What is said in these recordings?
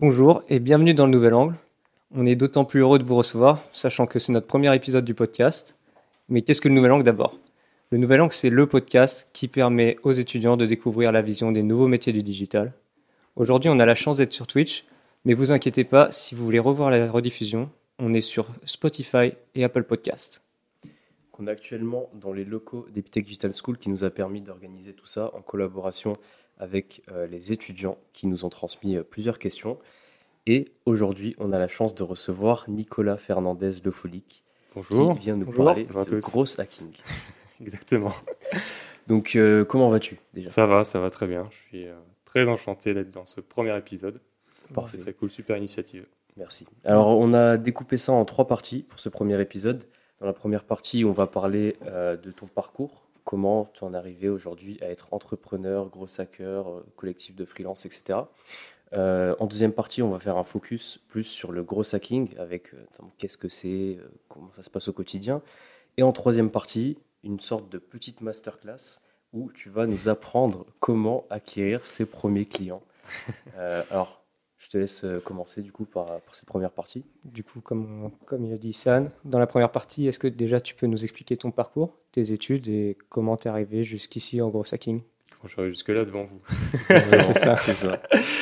Bonjour et bienvenue dans le Nouvel Angle. On est d'autant plus heureux de vous recevoir, sachant que c'est notre premier épisode du podcast. Mais qu'est-ce que le Nouvel Angle d'abord ? Le Nouvel Angle, c'est le podcast qui permet aux étudiants de découvrir la vision des nouveaux métiers du digital. Aujourd'hui, on a la chance d'être sur Twitch, mais vous inquiétez pas, si vous voulez revoir la rediffusion, on est sur Spotify et Apple Podcast. On est actuellement dans les locaux d'Epitech Digital School qui nous a permis d'organiser tout ça en collaboration avec les étudiants qui nous ont transmis plusieurs questions. Et aujourd'hui, on a la chance de recevoir Nicolas Fernandez Lefolic Bonjour. qui vient nous Bonjour. parler Bonjour à de tous. gros hacking. Exactement. Donc, comment vas-tu déjà ? Ça va très bien. Je suis très enchanté d'être dans ce premier épisode. Parfait. C'est très cool, super initiative. Merci. Alors, on a découpé ça en 3 parties pour ce premier épisode. Dans la première partie, on va parler de ton parcours, comment tu en es arrivé aujourd'hui à être entrepreneur, gros hacker, collectif de freelance, etc. En deuxième partie, on va faire un focus plus sur le gros hacking, avec qu'est-ce que c'est, comment ça se passe au quotidien. Et en troisième partie, une sorte de petite masterclass où tu vas nous apprendre comment acquérir ses premiers clients. Alors, je te laisse commencer du coup par cette première partie. Du coup, comme il a dit San, dans la première partie, est-ce que déjà tu peux nous expliquer ton parcours, tes études et comment t'es arrivé jusqu'ici en gros hacking ? Comment je suis arrivé jusque-là devant vous. C'est ça. C'est ça.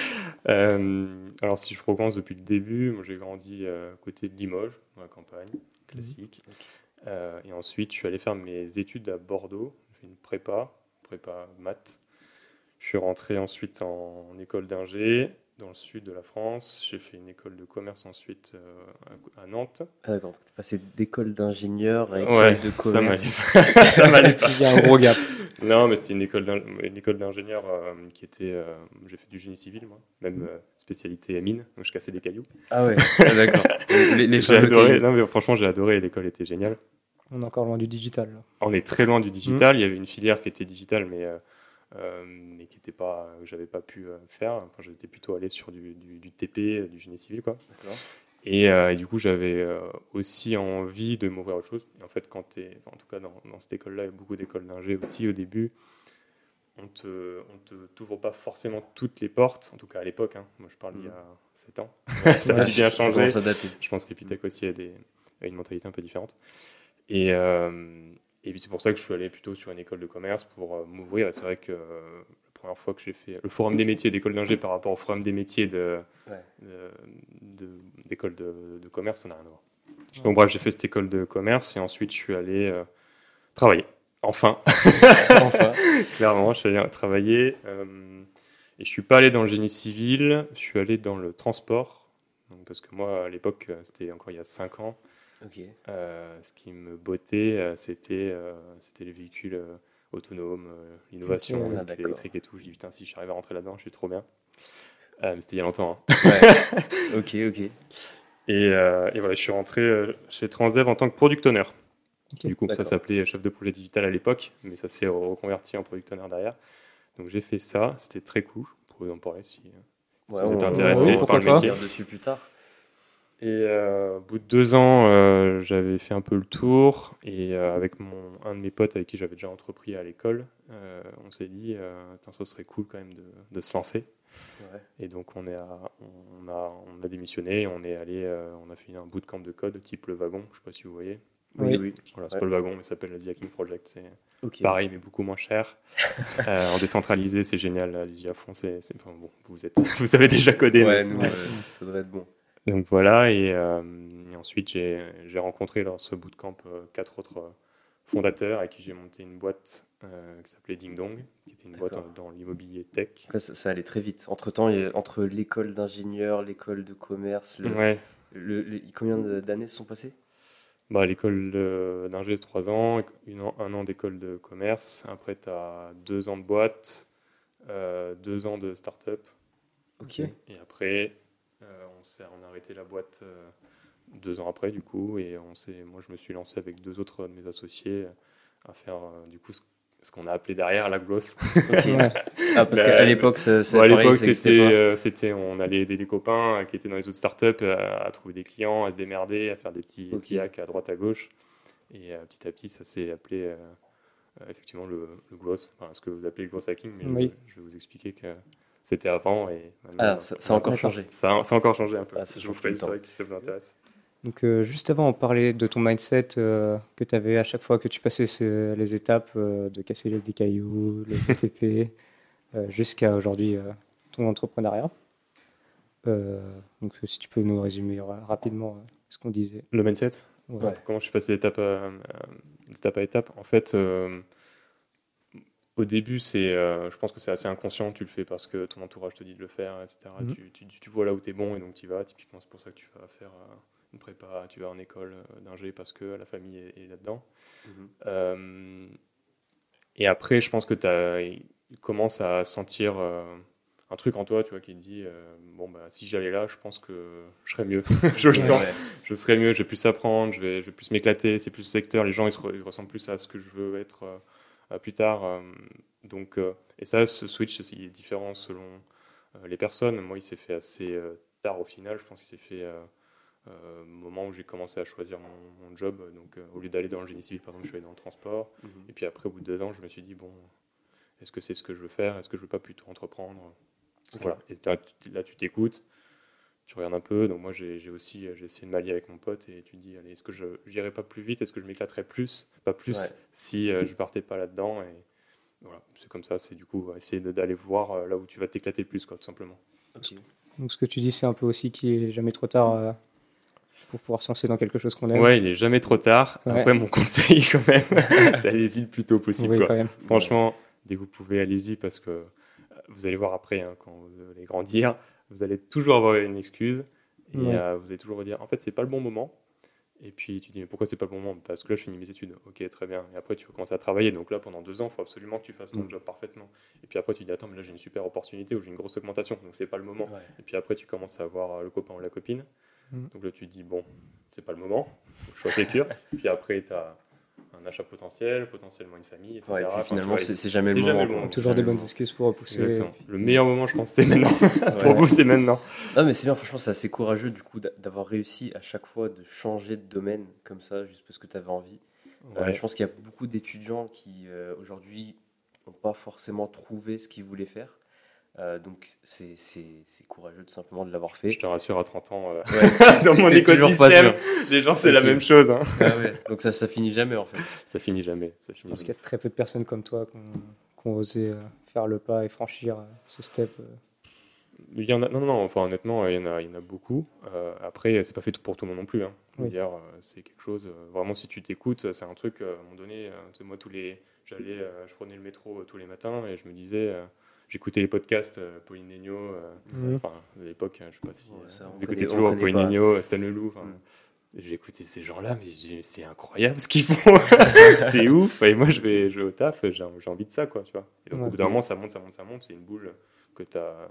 Alors, si je recommence depuis le début, moi j'ai grandi à côté de Limoges, dans la campagne, classique. Et ensuite, je suis allé faire mes études à Bordeaux. J'ai fait une prépa maths. Je suis rentré ensuite en école d'ingé dans le sud de la France. J'ai fait une école de commerce ensuite à Nantes. Ah, d'accord, tu es passé d'école d'ingénieur à école Ouais, de ça commerce. ça m'allait pas. Il y a un gros gap. Non, mais c'était une école d'ingénieur qui était. J'ai fait du génie civil, moi, même spécialité mine, donc je cassais des cailloux. Ah ouais, d'accord. Les J'ai fameux adoré. cailloux. Non, mais franchement, j'ai adoré. L'école était géniale. On est encore loin du digital. Là. On est très loin du digital. Il y avait une filière qui était digitale, mais qui était pas, que j'avais pas pu faire. Enfin, j'étais plutôt allé sur du TP, du génie civil, quoi. D'accord. Et du coup, j'avais aussi envie de m'ouvrir à autre chose. Et en fait, en tout cas, dans cette école-là, il y a beaucoup d'écoles d'ingé aussi au début. On t'ouvre pas forcément toutes les portes, en tout cas à l'époque. Hein. Moi, je parle il y a 7 ans. Ça a dû bien Ça changer. commence à dater. Je pense qu'Epitech aussi a une mentalité un peu différente. Et puis c'est pour ça que je suis allé plutôt sur une école de commerce pour m'ouvrir. Et c'est vrai que la première fois que j'ai fait le forum des métiers d'école d'ingé par rapport au forum des métiers d'école de commerce, ça n'a rien à voir. Donc bref, j'ai fait cette école de commerce et ensuite je suis allé travailler. Enfin, clairement, je suis allé travailler et je suis pas allé dans le génie civil, je suis allé dans le transport. Donc, parce que moi, à l'époque, c'était encore il y a 5 ans. Ok. Ce qui me bottait, c'était les véhicules autonomes, l'innovation, Ah, d'accord. l'électrique et tout. Je dis putain, si j'arrive à rentrer là-dedans, je suis trop bien. Mais c'était il y a longtemps. Hein. Ouais. Ok. Et voilà, je suis rentré chez Transdev en tant que product owner. Ok, Du coup, ça d'accord. s'appelait chef de projet digital à l'époque, mais ça s'est reconverti en product owner derrière. Donc j'ai fait ça, c'était très cool. Vous pouvez en parler si vous êtes intéressé oui, par pourquoi le pas. métier. On va revenir dessus plus tard. Et au bout de 2 ans, j'avais fait un peu le tour. Et avec un de mes potes avec qui j'avais déjà entrepris à l'école, on s'est dit, ça serait cool quand même de se lancer. Ouais. Et donc on a démissionné, on est allé, on a fait un bootcamp de code type le wagon, je sais pas si vous voyez. Oui. Voilà, c'est pas le wagon, mais ça s'appelle le The Hacking Project. C'est Ok. pareil, mais beaucoup moins cher. En décentralisé, c'est génial, allez-y à fond. Enfin, bon, vous avez déjà codé. Ouais, donc. nous, Ouais, ça devrait être bon. Donc voilà, et ensuite j'ai rencontré dans ce bootcamp 4 autres fondateurs avec qui j'ai monté une boîte qui s'appelait Ding Dong, qui était une boîte D'accord. dans l'immobilier tech. Après, ça allait très vite. Entre-temps, entre l'école d'ingénieur, l'école de commerce, Ouais, combien d'années se sont passées ? bah, l'école d'ingé de 3 ans, 1 an d'école de commerce, après tu as 2 ans de boîte, 2 ans de start-up, Ok. et après on a arrêté la boîte 2 ans après du coup, et moi je me suis lancé avec 2 autres de mes associés à faire du coup ce qu'on a appelé derrière la grosse. Ok. Ouais. Ah, parce qu'à l'époque, Bon, à pareil, l'époque, ça n'existait c'était, on allait aider les copains qui étaient dans les autres startups à trouver des clients, à se démerder, à faire des petits hacks à droite à gauche. Et petit à petit, ça s'est appelé effectivement le growth, enfin, ce que vous appelez le growth hacking, mais Oui. je vais vous expliquer que c'était avant et Ah, ça a encore D'accord. changé. ça a encore changé un peu. Ah, ça Je vous change ferai tout le temps. l'historique si ça vous intéresse. Donc, juste avant, on parlait de ton mindset que tu avais à chaque fois que tu passais les étapes de casser des cailloux, le BTP, jusqu'à aujourd'hui ton entrepreneuriat. Donc, si tu peux nous résumer rapidement ce qu'on disait. Le mindset, Ouais. Ouais. comment je suis passé d'étape à étape. En fait, au début, je pense que c'est assez inconscient. Tu le fais parce que ton entourage te dit de le faire, etc. Mhm. Tu vois là où tu es bon et donc tu y vas. Typiquement, c'est pour ça que tu vas faire une prépa, tu vas en école d'ingé parce que la famille est là-dedans. Mhm. Et après, je pense que tu commences à sentir un truc en toi, tu vois, qui te dit bon, bah, si j'allais là, je pense que je serais mieux. Je le sens. Ouais. Je serais mieux, je vais plus apprendre, je vais plus m'éclater, c'est plus le secteur, les gens ils ressemblent plus à ce que je veux être plus tard. Et ça, ce switch, il est différent selon les personnes. Moi, il s'est fait assez tard au final, je pense qu'il s'est fait au moment où j'ai commencé à choisir mon job. Donc, au lieu d'aller dans le génie civil, par exemple, je suis allé dans le transport. Mhm. Et puis après, au bout de 2 ans, je me suis dit, bon, est-ce que c'est ce que je veux faire? Est-ce que je veux pas plutôt entreprendre? Ok. Voilà. Et là, tu t'écoutes, tu regardes un peu. Donc moi, j'ai essayé de m'allier avec mon pote et tu te dis, allez, est-ce que je n'irais pas plus vite? Est-ce que je m'éclaterais pas plus Ouais. si je partais pas là-dedans? Et voilà, c'est comme ça. C'est du coup essayer d'aller voir là où tu vas t'éclater le plus, quoi, tout simplement. Ok. Donc, ce que tu dis, c'est un peu aussi qu'il n'est jamais trop tard pour pouvoir se lancer dans quelque chose qu'on aime. Ouais, il est jamais trop tard. Ouais. Après, mon conseil, quand même, c'est allez-y le plus tôt possible, Oui, quoi. quand même. Franchement, dès que vous pouvez, allez-y parce que vous allez voir après, hein, quand vous allez grandir, vous allez toujours avoir une excuse et Ouais. vous allez toujours vous dire en fait, c'est pas le bon moment. Et puis tu dis mais pourquoi c'est pas le bon moment? Parce que là, je finis mes études. Ok, très bien. Et après, tu vas commencer à travailler. Donc là, pendant 2 ans, il faut absolument que tu fasses ton job parfaitement. Et puis après, tu dis attends, mais là, j'ai une super opportunité ou j'ai une grosse augmentation. Donc c'est pas le moment. Ouais. Et puis après, tu commences à voir le copain ou la copine. Mm. Donc là, tu te dis bon, c'est pas le moment. Faut que je sois sécure. Puis après, tu as un achat potentiellement une famille, etc. Ouais, et puis Enfin, finalement, tu vois, c'est jamais le moment, quoi. Toujours des bonnes moment. excuses pour repousser. Exactement. Le meilleur moment, je pense, c'est maintenant. Pour Ouais. vous, c'est maintenant. Non, mais c'est bien, franchement, c'est assez courageux du coup d'avoir réussi à chaque fois de changer de domaine comme ça, juste parce que tu avais envie. Ouais. Je pense qu'il y a beaucoup d'étudiants qui aujourd'hui n'ont pas forcément trouvé ce qu'ils voulaient faire. Donc c'est courageux tout simplement de l'avoir fait. Je te rassure, à 30 ans, Ouais, dans mon t'es toujours pas écosystème, sûr. les gens, c'est Ok. la même chose. Hein. Ah ouais. Donc ça finit jamais en fait. Ça finit jamais. Ça Je finit pense qu'il jamais. y a très peu de personnes comme toi qui ont osé faire le pas et franchir ce step. Il y en a, non, enfin, honnêtement, il y en a beaucoup. Après, c'est pas fait pour tout le monde non plus. Hein. Je veux Oui. dire, c'est quelque chose, vraiment, si tu t'écoutes, c'est un truc, à un moment donné, c'est moi, je prenais le métro tous les matins et je me disais, j'écoutais les podcasts, Pauline Legnaud, Mhm. enfin, à l'époque, je sais pas si Ouais, ça, on vous écoutez connaît- on toujours connaît Pauline pas. Legnaud, Stan Leloup, enfin, Mm. j'écoutais ces gens-là, mais c'est incroyable ce qu'ils font, c'est ouf. Et moi, je vais au taf, j'ai envie de ça, quoi, tu vois. Et donc, Ouais. au bout d'un moment, ça monte, c'est une boule que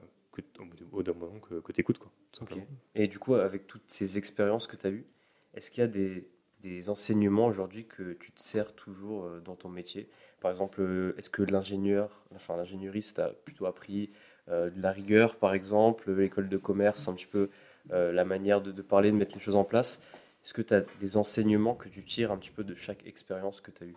au bout d'un moment que tu écoutes, quoi, tout Ok. simplement. Et du coup, avec toutes ces expériences que tu as eues, est-ce qu'il y a des enseignements aujourd'hui que tu te sers toujours dans ton métier? Par exemple, est-ce que l'ingénierie, ça t'a plutôt appris de la rigueur, par exemple, l'école de commerce, un petit peu la manière de parler, de mettre les choses en place? Est-ce que tu as des enseignements que tu tires un petit peu de chaque expérience que tu as eue?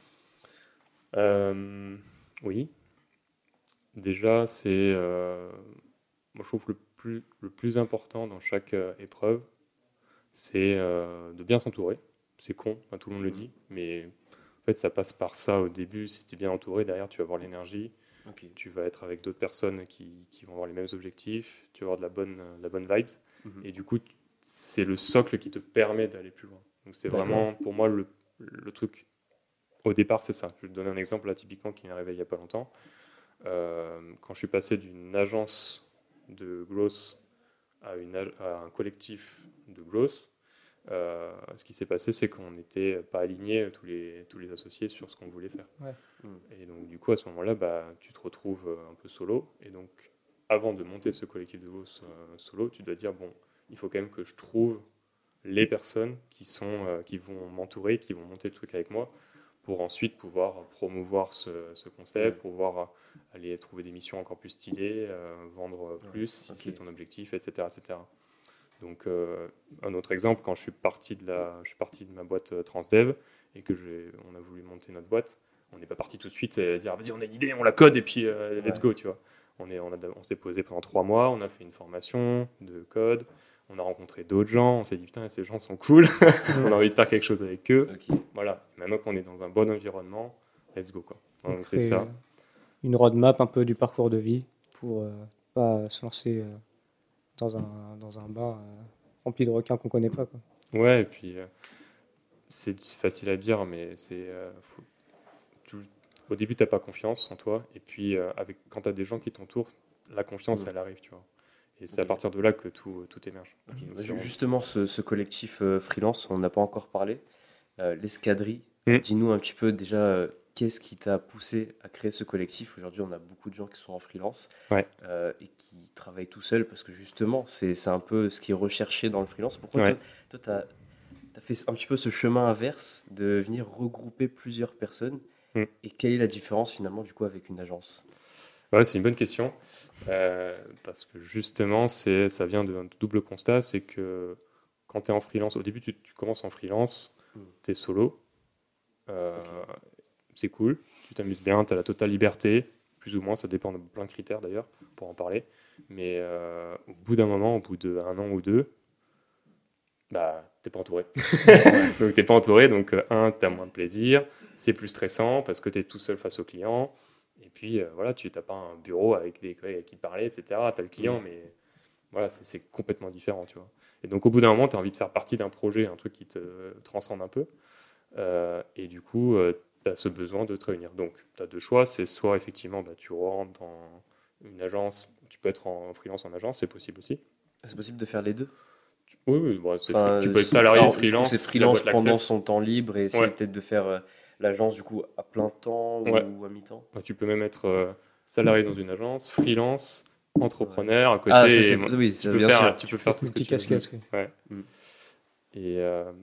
Oui, déjà, moi, je trouve que le plus important dans chaque épreuve, c'est de bien s'entourer. C'est con, enfin, tout le monde le dit, mais en fait, ça passe par ça au début. Si tu es bien entouré, derrière, tu vas avoir l'énergie, Ok. tu vas être avec d'autres personnes qui vont avoir les mêmes objectifs, tu vas avoir de la bonne vibes, Mhm. et du coup, c'est le socle qui te permet d'aller plus loin. Donc, c'est D'accord. vraiment, pour moi, le truc. Au départ, c'est ça. Je vais te donner un exemple là, typiquement, qui m'est arrivé il n'y a pas longtemps. Quand je suis passé d'une agence de growth à un collectif de growth, ce qui s'est passé, c'est qu'on n'était pas alignés, tous les associés, sur ce qu'on voulait faire. Ouais. Et donc, du coup, à ce moment-là, tu te retrouves un peu solo. Et donc, avant de monter ce collectif de growth solo, tu dois dire, bon, il faut quand même que je trouve les personnes qui vont m'entourer, qui vont monter le truc avec moi, pour ensuite pouvoir promouvoir ce concept, pouvoir aller trouver des missions encore plus stylées, vendre plus si ok. c'est ton objectif, etc. etc. Donc, un autre exemple, quand je suis parti de ma boîte Transdev et on a voulu monter notre boîte, on n'est pas parti tout de suite et dire vas-y, on a une idée, on la code et puis let's go, tu vois. On s'est posé pendant 3 mois, on a fait une formation de code, on a rencontré d'autres gens, on s'est dit putain, ces gens sont cool, on a envie de faire quelque chose avec eux. Ok. Voilà, maintenant qu'on est dans un bon environnement, let's go quoi. Donc c'est fait, ça. Une roadmap un peu du parcours de vie pour pas se lancer dans un bain rempli de requins qu'on connaît pas, quoi. Ouais, et puis c'est facile à dire, mais au début, tu n'as pas confiance en toi, et puis quand tu as des gens qui t'entourent, la confiance, elle arrive, tu vois. Et c'est à partir de là que tout émerge. Ok. Donc, Justement, ce collectif freelance, on n'a pas encore parlé. L'escadrille, Mm. dis-nous un petit peu déjà qu'est-ce qui t'a poussé à créer ce collectif. Aujourd'hui, on a beaucoup de gens qui sont en freelance Ouais. Et qui travaillent tout seuls parce que justement, c'est un peu ce qui est recherché dans le freelance. Pourquoi Ouais. toi, tu as fait un petit peu ce chemin inverse de venir regrouper plusieurs personnes et quelle est la différence finalement du coup avec une agence? Ouais, c'est une bonne question. Parce que justement, ça vient d'un double constat, c'est que quand tu es en freelance, au début, tu commences en freelance, tu es solo. C'est cool, tu t'amuses bien, tu as la totale liberté, plus ou moins, ça dépend de plein de critères d'ailleurs, pour en parler. Mais au bout d'un moment, au bout d'un an ou deux, bah, t'es pas entouré. Donc t'es pas entouré, donc t'as moins de plaisir, c'est plus stressant parce que t'es tout seul face au client. Et puis voilà, tu n'as pas un bureau avec des collègues avec qui parler, etc. T'as le client, mais voilà, c'est complètement différent, tu vois. Et donc au bout d'un moment, t'as envie de faire partie d'un projet, un truc qui te transcende un peu. Et du coup, tu as ce besoin de te réunir. Donc, tu as deux choix. C'est soit effectivement, tu rentres dans une agence, tu peux être en freelance en agence, c'est possible aussi. C'est possible de faire les deux? Oui, bon, tu peux être salarié, alors, freelance. C'est freelance la boîte pendant l'accepte. son temps libre et essayer peut-être de faire l'agence du coup à plein temps ou à mi-temps. Ouais, tu peux même être salarié dans une agence, freelance, entrepreneur à côté. Oui, tu peux faire tout ce que tu veux. Multicasquette, oui. Ouais. Et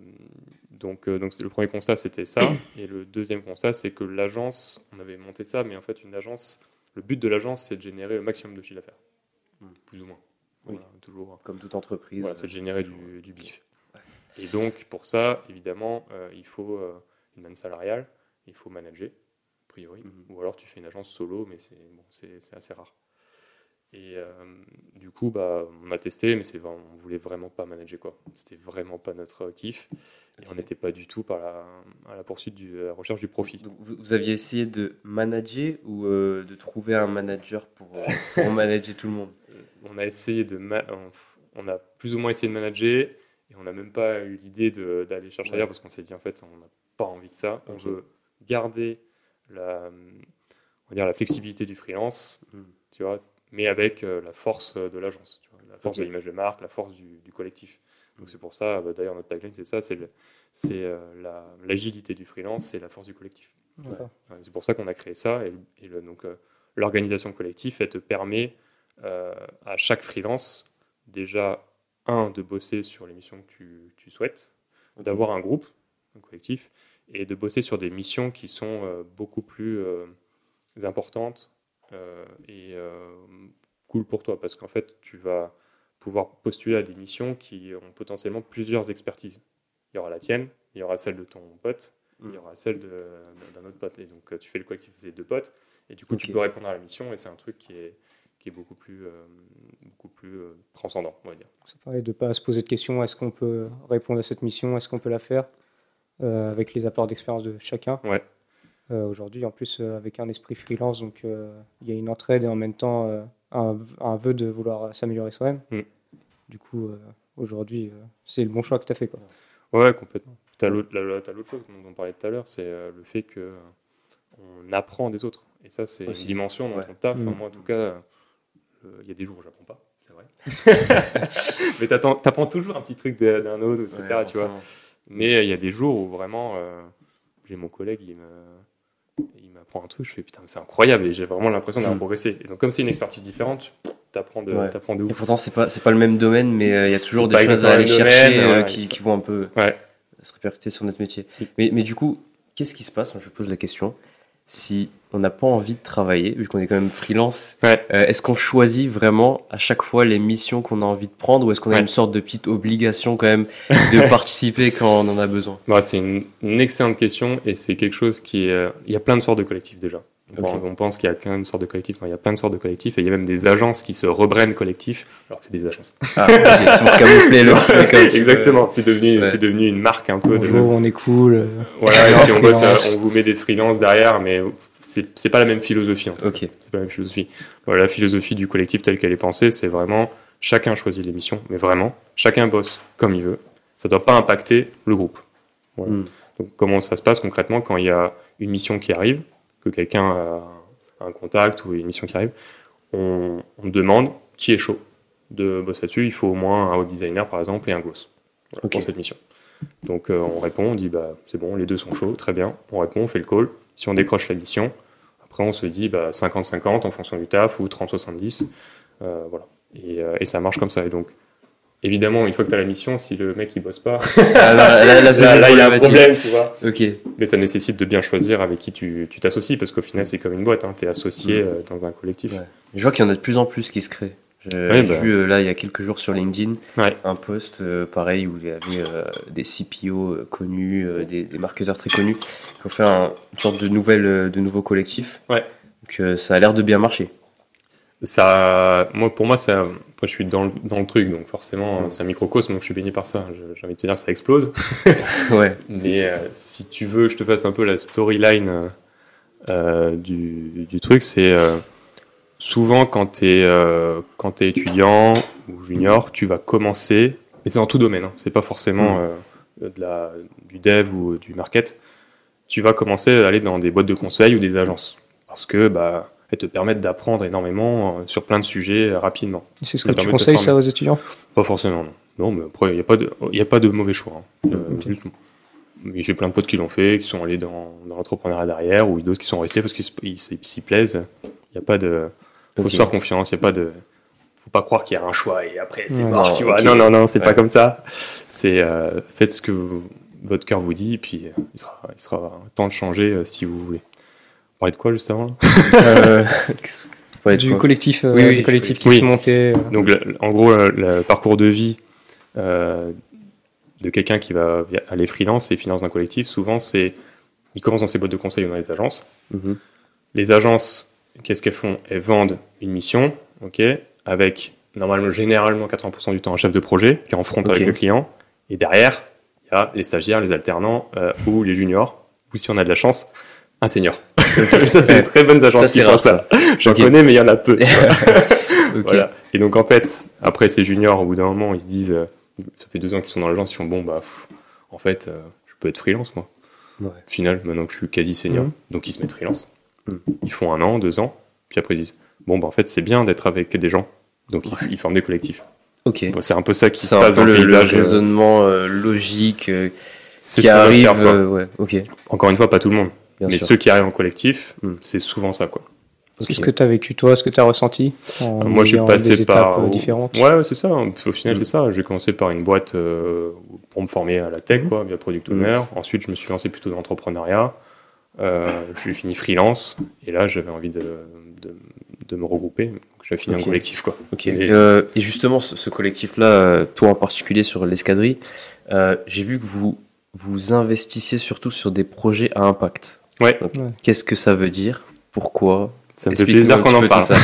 donc le premier constat, c'était ça. Et le deuxième constat, c'est que l'agence, on avait monté ça, mais en fait, une agence, le but de l'agence, c'est de générer le maximum de chiffre d'affaires. Plus ou moins. Oui. Voilà, toujours. Comme toute entreprise. Voilà, c'est de générer du bif. Ouais. Et donc, pour ça, évidemment, il faut une manne salariale, il faut manager, a priori. Ou alors, tu fais une agence solo, mais c'est assez rare. Et du coup, on a testé, mais on voulait vraiment pas manager, quoi. C'était vraiment pas notre kiff. Et on n'était pas du tout à la poursuite de la recherche du profit. Donc, vous aviez essayé de manager ou de trouver un manager pour manager tout le monde? On a essayé on a plus ou moins essayé de manager et on n'a même pas eu l'idée d'aller chercher ailleurs parce qu'on s'est dit en fait on n'a pas envie de ça. On veut garder la flexibilité du freelance, tu vois, mais avec la force de l'agence, tu vois, la force de l'image de marque, la force du collectif. Donc c'est pour ça, d'ailleurs notre tagline c'est ça, c'est l'agilité du freelance et la force du collectif. Ouais. C'est pour ça qu'on a créé ça et donc l'organisation collective, elle te permet à chaque freelance déjà de bosser sur les missions que tu souhaites, d'avoir un groupe, un collectif, et de bosser sur des missions qui sont beaucoup plus importantes et cool pour toi parce qu'en fait tu vas pouvoir postuler à des missions qui ont potentiellement plusieurs expertises. Il y aura la tienne, il y aura celle de ton pote, il y aura celle d'un autre pote. Et donc tu fais le collectif des deux potes et du coup tu peux répondre à la mission et c'est un truc qui est beaucoup plus transcendant, on va dire. Ça permet de ne pas se poser de questions, est-ce qu'on peut répondre à cette mission, est-ce qu'on peut la faire avec les apports d'expérience de chacun. Ouais. Aujourd'hui, en plus, avec un esprit freelance, donc il y a une entraide et en même temps un vœu de vouloir s'améliorer soi-même. Du coup, aujourd'hui, c'est le bon choix que tu as fait, quoi. Ouais, complètement. Tu as l'autre chose dont on parlait tout à l'heure, c'est le fait qu'on apprend des autres. Et ça, c'est une dimension dans ton taf. Moi, en tout cas, il y a des jours où j'apprends pas, c'est vrai. Mais t'apprends toujours un petit truc d'un autre, etc. Tu vois. Mais il y a des jours où vraiment, j'ai mon collègue, il m'apprend un truc, je fais putain, c'est incroyable et j'ai vraiment l'impression d'avoir progressé. Et donc, comme c'est une expertise différente, t'apprends de ouf. Et pourtant, c'est pas le même domaine, mais il y a toujours des choses à aller chercher qui vont un peu se répercuter sur notre métier. Mais du coup, qu'est-ce qui se passe? Moi, je pose la question. Si on n'a pas envie de travailler, vu qu'on est quand même freelance, est-ce qu'on choisit vraiment à chaque fois les missions qu'on a envie de prendre ou est-ce qu'on a une sorte de petite obligation quand même de participer quand on en a besoin? C'est une excellente question et c'est quelque chose il y a plein de sortes de collectifs déjà. On pense qu'il y a qu'une sorte de collectif. Non, il y a plein de sortes de collectifs et il y a même des agences qui se rebrandent collectifs alors que c'est des agences. Ah, ok, c'est pour camoufler le collectif. Exactement, c'est devenu une marque un peu. Bonjour, on est cool. Voilà, et puis on freelance. on vous met des freelances derrière, mais c'est pas la même philosophie. En fait. Ok. C'est pas la même philosophie. Voilà, la philosophie du collectif telle qu'elle est pensée, c'est vraiment chacun choisit l'émission, mais vraiment chacun bosse comme il veut. Ça doit pas impacter le groupe. Voilà. Donc comment ça se passe concrètement quand il y a une mission qui arrive, que quelqu'un a un contact ou une mission qui arrive, on demande qui est chaud de bosser là-dessus. Il faut au moins un web designer par exemple et un gloss pour cette mission. Donc on répond, on dit c'est bon, les deux sont chauds, très bien. On répond, on fait le call. Si on décroche la mission, après on se dit 50-50 en fonction du taf ou 30-70. Voilà. Et ça marche comme ça. Et donc évidemment, une fois que tu as la mission, si le mec il bosse pas, là il y a un problème, tu vois. Ok. Mais ça nécessite de bien choisir avec qui tu t'associes, parce qu'au final c'est comme une boîte, tu es associé dans un collectif. Ouais. Je vois qu'il y en a de plus en plus qui se créent. J'ai vu là il y a quelques jours sur LinkedIn un post pareil où il y avait des CPO connus, des marketeurs très connus qui ont fait une sorte de nouveau collectif. Ouais. Donc ça a l'air de bien marcher. Pour moi, je suis dans le truc, donc forcément, c'est un microcosme, donc je suis baigné par ça. J'ai envie de te dire que ça explose. Ouais. Mais si tu veux, je te fasse un peu la storyline du truc. C'est souvent quand t'es étudiant ou junior, tu vas commencer, et c'est dans tout domaine, c'est pas forcément du dev ou du market. Tu vas commencer à aller dans des boîtes de conseil ou des agences, parce que elles te permettent d'apprendre énormément sur plein de sujets rapidement. C'est ce que tu conseilles ça aux étudiants ? Pas forcéément, non. Non, mais après, il n'y a pas de mauvais choix. Juste, mais j'ai plein de potes qui l'ont fait, qui sont allés dans l'entrepreneuriat derrière, ou d'autres qui sont restés parce qu'ils s'y plaisent. Il n'y a pas de... faut se faire confiance, il n'y a pas de... faut pas croire qu'il y a un choix et après c'est mort, tu vois. Non, c'est pas comme ça. C'est faites ce que votre cœur vous dit, et puis il sera temps de changer si vous voulez. On parlait de quoi juste avant là du collectif, des collectifs qui se montaient. Donc en gros, le parcours de vie de quelqu'un qui va aller freelance et finance d'un collectif, souvent il commence dans ses boîtes de conseil ou dans les agences. Mm-hmm. Les agences, qu'est-ce qu'elles font ? Elles vendent une mission, avec généralement 80% du temps un chef de projet qui est en front avec le client, et derrière il y a les stagiaires, les alternants ou les juniors, ou si on a de la chance, un senior. Ça, c'est des très bonnes agences qui font ça. J'en connais, mais il y en a peu. Tu vois. Voilà. Et donc, en fait, après ces juniors, au bout d'un moment, ils se disent, ça fait 2 ans qu'ils sont dans l'agence, ils font, en fait, je peux être freelance, moi. Ouais. Au final, maintenant que je suis quasi senior, donc ils se mettent freelance. Ils font 1 an, 2 ans, puis après ils disent, en fait, c'est bien d'être avec des gens. Donc, ils forment des collectifs. Ok. Bon, c'est un peu ça qui se passe dans le paysage. C'est un peu le raisonnement logique qui arrive. Encore une fois, pas tout le monde. Mais sûr. Ceux qui arrivent en collectif, c'est souvent ça, quoi. C'est ce que tu as vécu toi, ce que tu as ressenti moi, je suis passé par étapes différentes. Ouais, c'est ça. Au final, c'est ça. J'ai commencé par une boîte pour me former à la tech, via Product Owner. Ensuite, je me suis lancé plutôt dans l'entrepreneuriat. J'ai fini freelance. Et là, j'avais envie de me regrouper. Donc, j'ai fini en collectif, quoi. Et justement, ce collectif-là, toi en particulier sur l'escadrille, j'ai vu que vous investissiez surtout sur des projets à impact. Ouais. Donc, qu'est-ce que ça veut dire ? Pourquoi ? Ça me fait plaisir qu'on en parle. Ça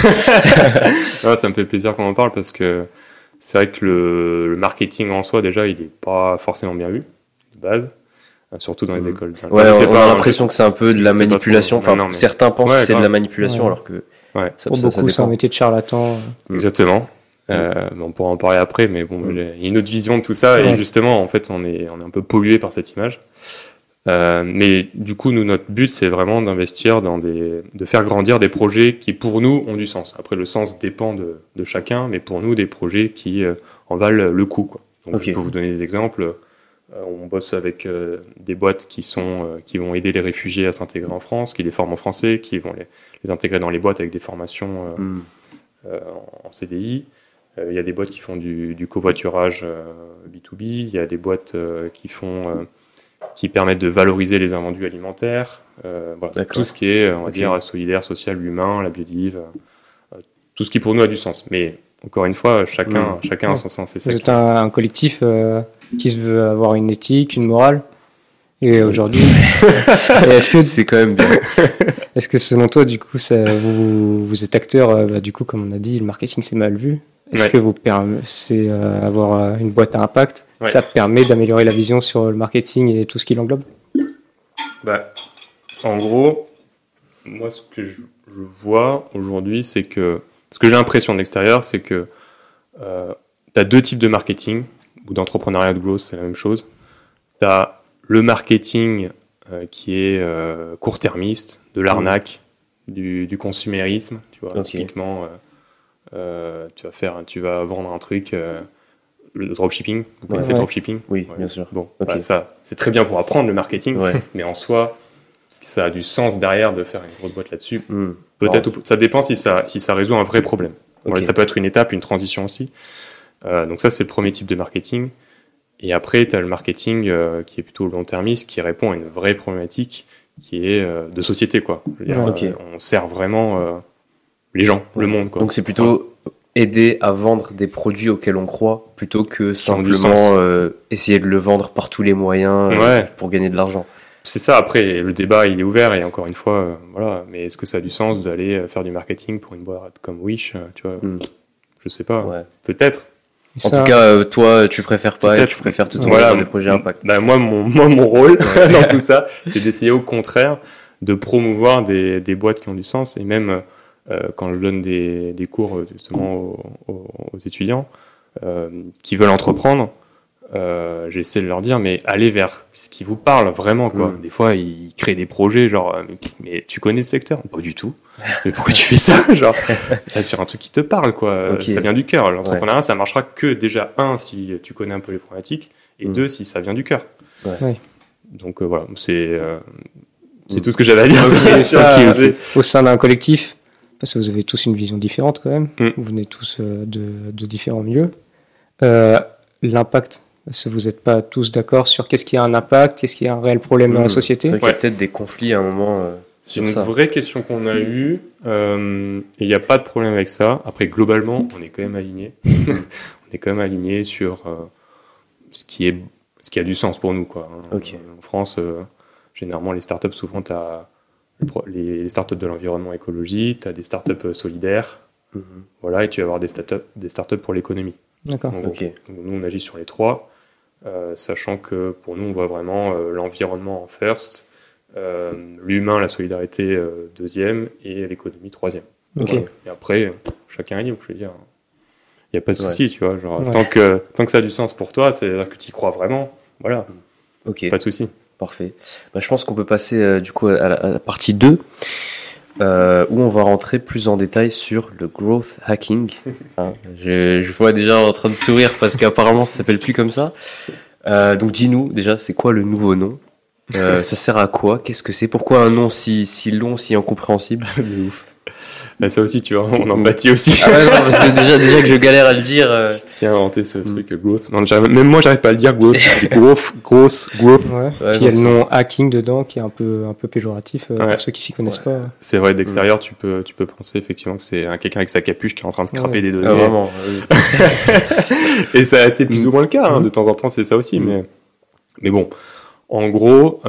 me fait plaisir qu'on en parle parce que c'est vrai que le marketing en soi, déjà, il n'est pas forcément bien vu, de base, surtout dans les écoles. On a l'impression que c'est un peu de la manipulation. Certains pensent que c'est de la manipulation, alors que pour beaucoup, c'est un métier de charlatan. Exactement. On pourra en parler après, mais il y a une autre vision de tout ça, et justement, en fait, on est un peu pollué par cette image. Mais du coup, notre but, c'est vraiment d'investir de faire grandir des projets qui, pour nous, ont du sens. Après, le sens dépend de chacun, mais pour nous, des projets qui en valent le coup, quoi. Donc, je peux vous donner des exemples. On bosse avec des boîtes qui vont aider les réfugiés à s'intégrer en France, qui les forment en français, qui vont les intégrer dans les boîtes avec des formations en CDI. Il y a des boîtes qui font du covoiturage B2B. Il y a des boîtes qui permettent de valoriser les invendus alimentaires. Tout ce qui est, on va dire, solidaire, social, humain, la biodive, tout ce qui pour nous a du sens. Mais encore une fois, chacun a son sens. Vous êtes un collectif qui se veut avoir une éthique, une morale. Et aujourd'hui, et est-ce que C'est quand même bien. est-ce que selon toi, du coup, vous êtes acteur, du coup, comme on a dit, le marketing c'est mal vu. Est-ce Ouais. que c'est avoir une boîte à impact, Ouais. ça permet d'améliorer la vision sur le marketing et tout ce qui l'englobe? Bah, en gros, moi, ce que je vois aujourd'hui, c'est que ce que j'ai l'impression de l'extérieur, c'est que tu as deux types de marketing, ou d'entrepreneuriat de growth, c'est la même chose. Tu as le marketing qui est court-termiste, de l'arnaque, du consumérisme, tu vois, Ok. typiquement, tu vas vendre un truc, le dropshipping, vous connaissez Ouais. le dropshipping? Oui, Ouais. bien sûr. Bon, Ok. bah, ça, c'est très bien pour apprendre le marketing, Ouais. mais en soi, est-ce que ça a du sens derrière de faire une grosse boîte là-dessus? Hmm. Peut-être, ou ça dépend si ça résout un vrai problème. Ok. Ouais, ça peut être une étape, une transition aussi. Donc ça, c'est le premier type de marketing. Et après, tu as le marketing qui est plutôt long-termiste, qui répond à une vraie problématique qui est de société, quoi. Je veux dire, Ok. on sert vraiment les gens, le monde, quoi. Donc c'est plutôt aider à vendre des produits auxquels on croit plutôt que Qui ont du simplement essayer de le vendre par tous les moyens Ouais. pour gagner de l'argent. C'est ça, après, le débat, il est ouvert, et encore une fois, voilà. Mais est-ce que ça a du sens d'aller faire du marketing pour une boîte comme Wish, tu vois? Hmm. Je sais pas. Ouais. Peut-être. En tout cas, toi, tu préfères pas et Peut-être. tu préfères te tourner Voilà, vers des projets impact. Bah, moi, mon rôle dans tout ça, c'est d'essayer au contraire de promouvoir des boîtes qui ont du sens. Et même quand je donne des cours justement aux étudiants qui veulent entreprendre, j'essaie de leur dire, mais allez vers ce qui vous parle vraiment, quoi. Des fois, ils créent des projets, genre, mais tu connais le secteur? Pas du tout. Mais pourquoi tu fais ça? Genre, là, sur un truc qui te parle, quoi. Ok. Ça vient du cœur. L'entrepreneuriat, ça marchera que déjà, si tu connais un peu les problématiques, et deux, si ça vient du cœur. Ouais. Ouais. Donc voilà, c'est tout ce que j'avais à dire. Ok, sur la ça, stratégie. au sein d'un collectif, parce que vous avez tous une vision différente quand même, Mm. vous venez tous de différents milieux. L'impact, parce que vous n'êtes pas tous d'accord sur qu'est-ce qui a un impact, qu'est-ce qui a un réel problème dans la C'est société. vrai qu'il y a Ouais. peut-être des conflits à un moment C'est sur une ça. vraie question qu'on a eue, et il n'y a pas de problème avec ça. Après, globalement, on est quand même alignés. On est quand même alignés sur ce qui a du sens pour nous, quoi. Ok. En France, généralement, les startups, souvent, tu as les startups de l'environnement écologie, tu as des startups solidaires, Mhm. voilà, et tu vas avoir des startups pour l'économie. D'accord. En gros. Ok. Donc, nous, on agit sur les trois, sachant que pour nous, on voit vraiment l'environnement en first, l'humain, la solidarité deuxième, et l'économie troisième. Ok. Voilà. Et après, chacun est libre, je veux dire. Il n'y a pas de Ouais. souci, tu vois. Genre, Ouais. tant que ça a du sens pour toi, c'est-à-dire que tu y crois vraiment, voilà, Ok. pas de souci. Parfait. Bah, je pense qu'on peut passer du coup à la partie 2, où on va rentrer plus en détail sur le growth hacking. Hein, je vois déjà en train de sourire parce qu'apparemment ça s'appelle plus comme ça. Donc dis-nous déjà, c'est quoi le nouveau nom? Ça sert à quoi? Qu'est-ce que c'est? Pourquoi un nom si long, si incompréhensible? De ouf. Bah, ça aussi, tu vois, on en pâtit aussi. Ah ouais, non, parce que déjà que je galère à le dire. Qui a inventé ce truc, growth. Non, même moi, j'arrive pas à le dire, growth. growth. Ouais. Ouais, Puis il y a non, le nom hacking dedans qui est un peu péjoratif Ouais. pour ceux qui s'y connaissent pas. C'est vrai, d'extérieur, tu peux penser effectivement que c'est quelqu'un avec sa capuche qui est en train de scraper Ouais. des données. Ah, vraiment. Et ça a été plus ou moins le cas, hein, de temps en temps, c'est ça aussi. Mais bon, en gros,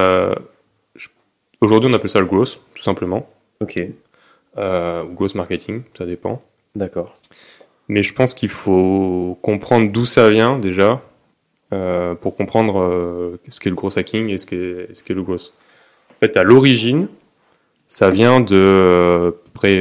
aujourd'hui, on appelle ça le growth, tout simplement. Ok, Ou growth marketing, ça dépend. d'accord. Mais je pense qu'il faut comprendre d'où ça vient déjà, pour comprendre ce qu'est le growth hacking et ce qu'est le growth. En fait, à l'origine, ça vient de près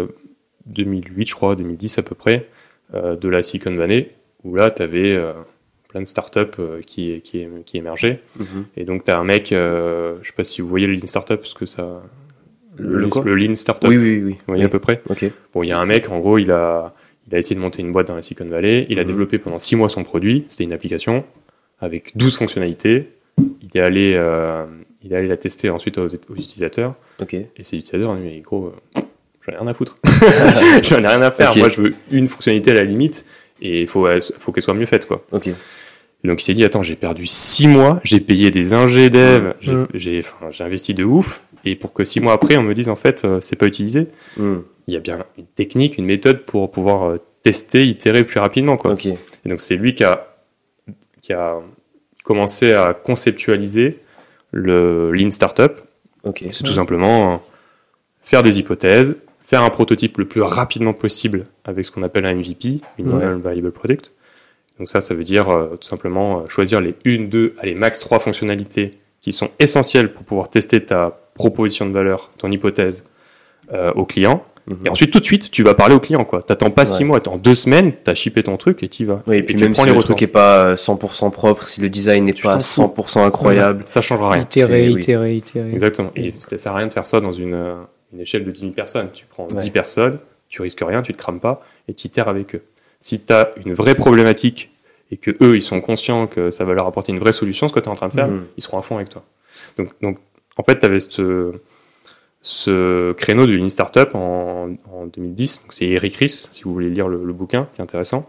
2008, je crois, 2010 à peu près, de la Silicon Valley, où là, tu avais plein de startups qui émergeaient. Mhm. Et donc, tu as un mec, je sais pas si vous voyez le Lean Startup, parce que ça. Le quoi? Le Lean Startup, Oui, oui, oui. vous voyez à peu près. Ok. Bon, il y a un mec, en gros, il a essayé de monter une boîte dans la Silicon Valley. Il a développé pendant 6 mois son produit. C'était une application avec 12 fonctionnalités. Il est allé la tester ensuite aux utilisateurs. Ok. Et ces utilisateurs ont dit, mais gros, j'en ai rien à foutre. J'en ai rien à faire. Ok. Moi, je veux une fonctionnalité à la limite. Et il faut qu'elle soit mieux faite, quoi. Ok. Et donc, il s'est dit, attends, j'ai perdu 6 mois. J'ai payé des ingé dev. Mm. J'ai investi de ouf. Et pour que 6 mois après, on me dise, en fait, c'est pas utilisé. Hmm. Il y a bien une technique, une méthode pour pouvoir tester, itérer plus rapidement, quoi. Ok. Et donc c'est lui qui a commencé à conceptualiser le Lean Startup. Ok. C'est tout simplement faire des hypothèses, faire un prototype le plus rapidement possible avec ce qu'on appelle un MVP, Minimum Viable Product. Donc ça veut dire tout simplement choisir les 1, 2, allez, max 3 fonctionnalités qui sont essentielles pour pouvoir tester ta proposition de valeur, ton hypothèse au client. Et ensuite, tout de suite, tu vas parler au client, quoi. T'attends pas 6 mois, en 2 semaines, t'as shippé ton truc et t'y vas. Oui, et puis même si le truc est pas 100% propre, si le design n'est pas 100% incroyable, ça changera rien. Itérer. Exactement. Et ça sert à rien de faire ça dans une échelle de 10 000 personnes. Tu prends 10 personnes, tu risques rien, tu te crames pas et tu itères avec eux. Si t'as une vraie problématique et que eux, ils sont conscients que ça va leur apporter une vraie solution, ce que tu es en train de faire, ils seront à fond avec toi. Donc en fait, tu avais ce créneau de Lean Startup en 2010. Donc c'est Eric Ries, si vous voulez lire le bouquin, qui est intéressant.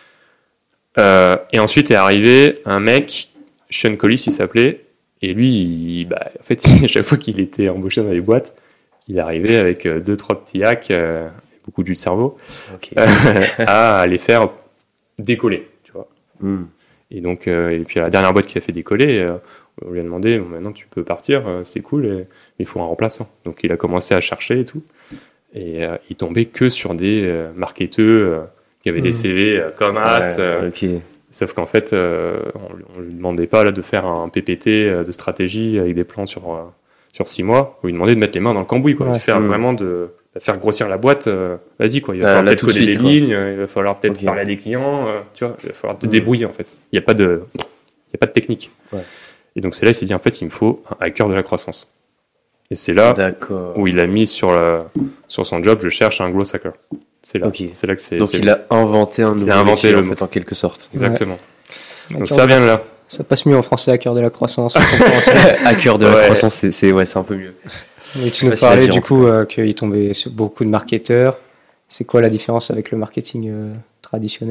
Et ensuite est arrivé un mec, Sean Collis, il s'appelait, et lui, en fait, chaque fois qu'il était embauché dans les boîtes, il arrivait avec 2-3 petits hacks, beaucoup de jus de cerveau, à les faire décoller, tu vois. Et donc, et puis à la dernière boîte qui a fait décoller, on lui a demandé, bon, maintenant tu peux partir, c'est cool, mais il faut un remplaçant. Donc il a commencé à chercher et tout, et il tombait que sur des marketeurs qui avaient des CV comme as. Sauf qu'en fait, on lui demandait pas là de faire un PPT de stratégie avec des plans sur 6 mois. On lui demandait de mettre les mains dans le cambouis, quoi, de faire vraiment de faire grossir la boîte. Vas-y, quoi. Il va falloir peut-être coder des lignes, il va falloir peut-être parler à des clients, tu vois, il va falloir te débrouiller en fait. Il y a pas de technique. Et donc c'est là il s'est dit en fait il me faut un hacker de la croissance. Et c'est là où il a mis sur son job, je cherche un growth hacker. C'est là. C'est là que c'est. Donc il a inventé un nouveau métier en fait, en quelque sorte. Exactement. Donc ça vient de là. Ça passe mieux en français, hacker de la croissance. Hacker de la croissance, c'est un peu mieux. Et tu nous parlais du coup qu'il tombait sur beaucoup de marketeurs. C'est quoi la différence avec le marketing traditionnel ?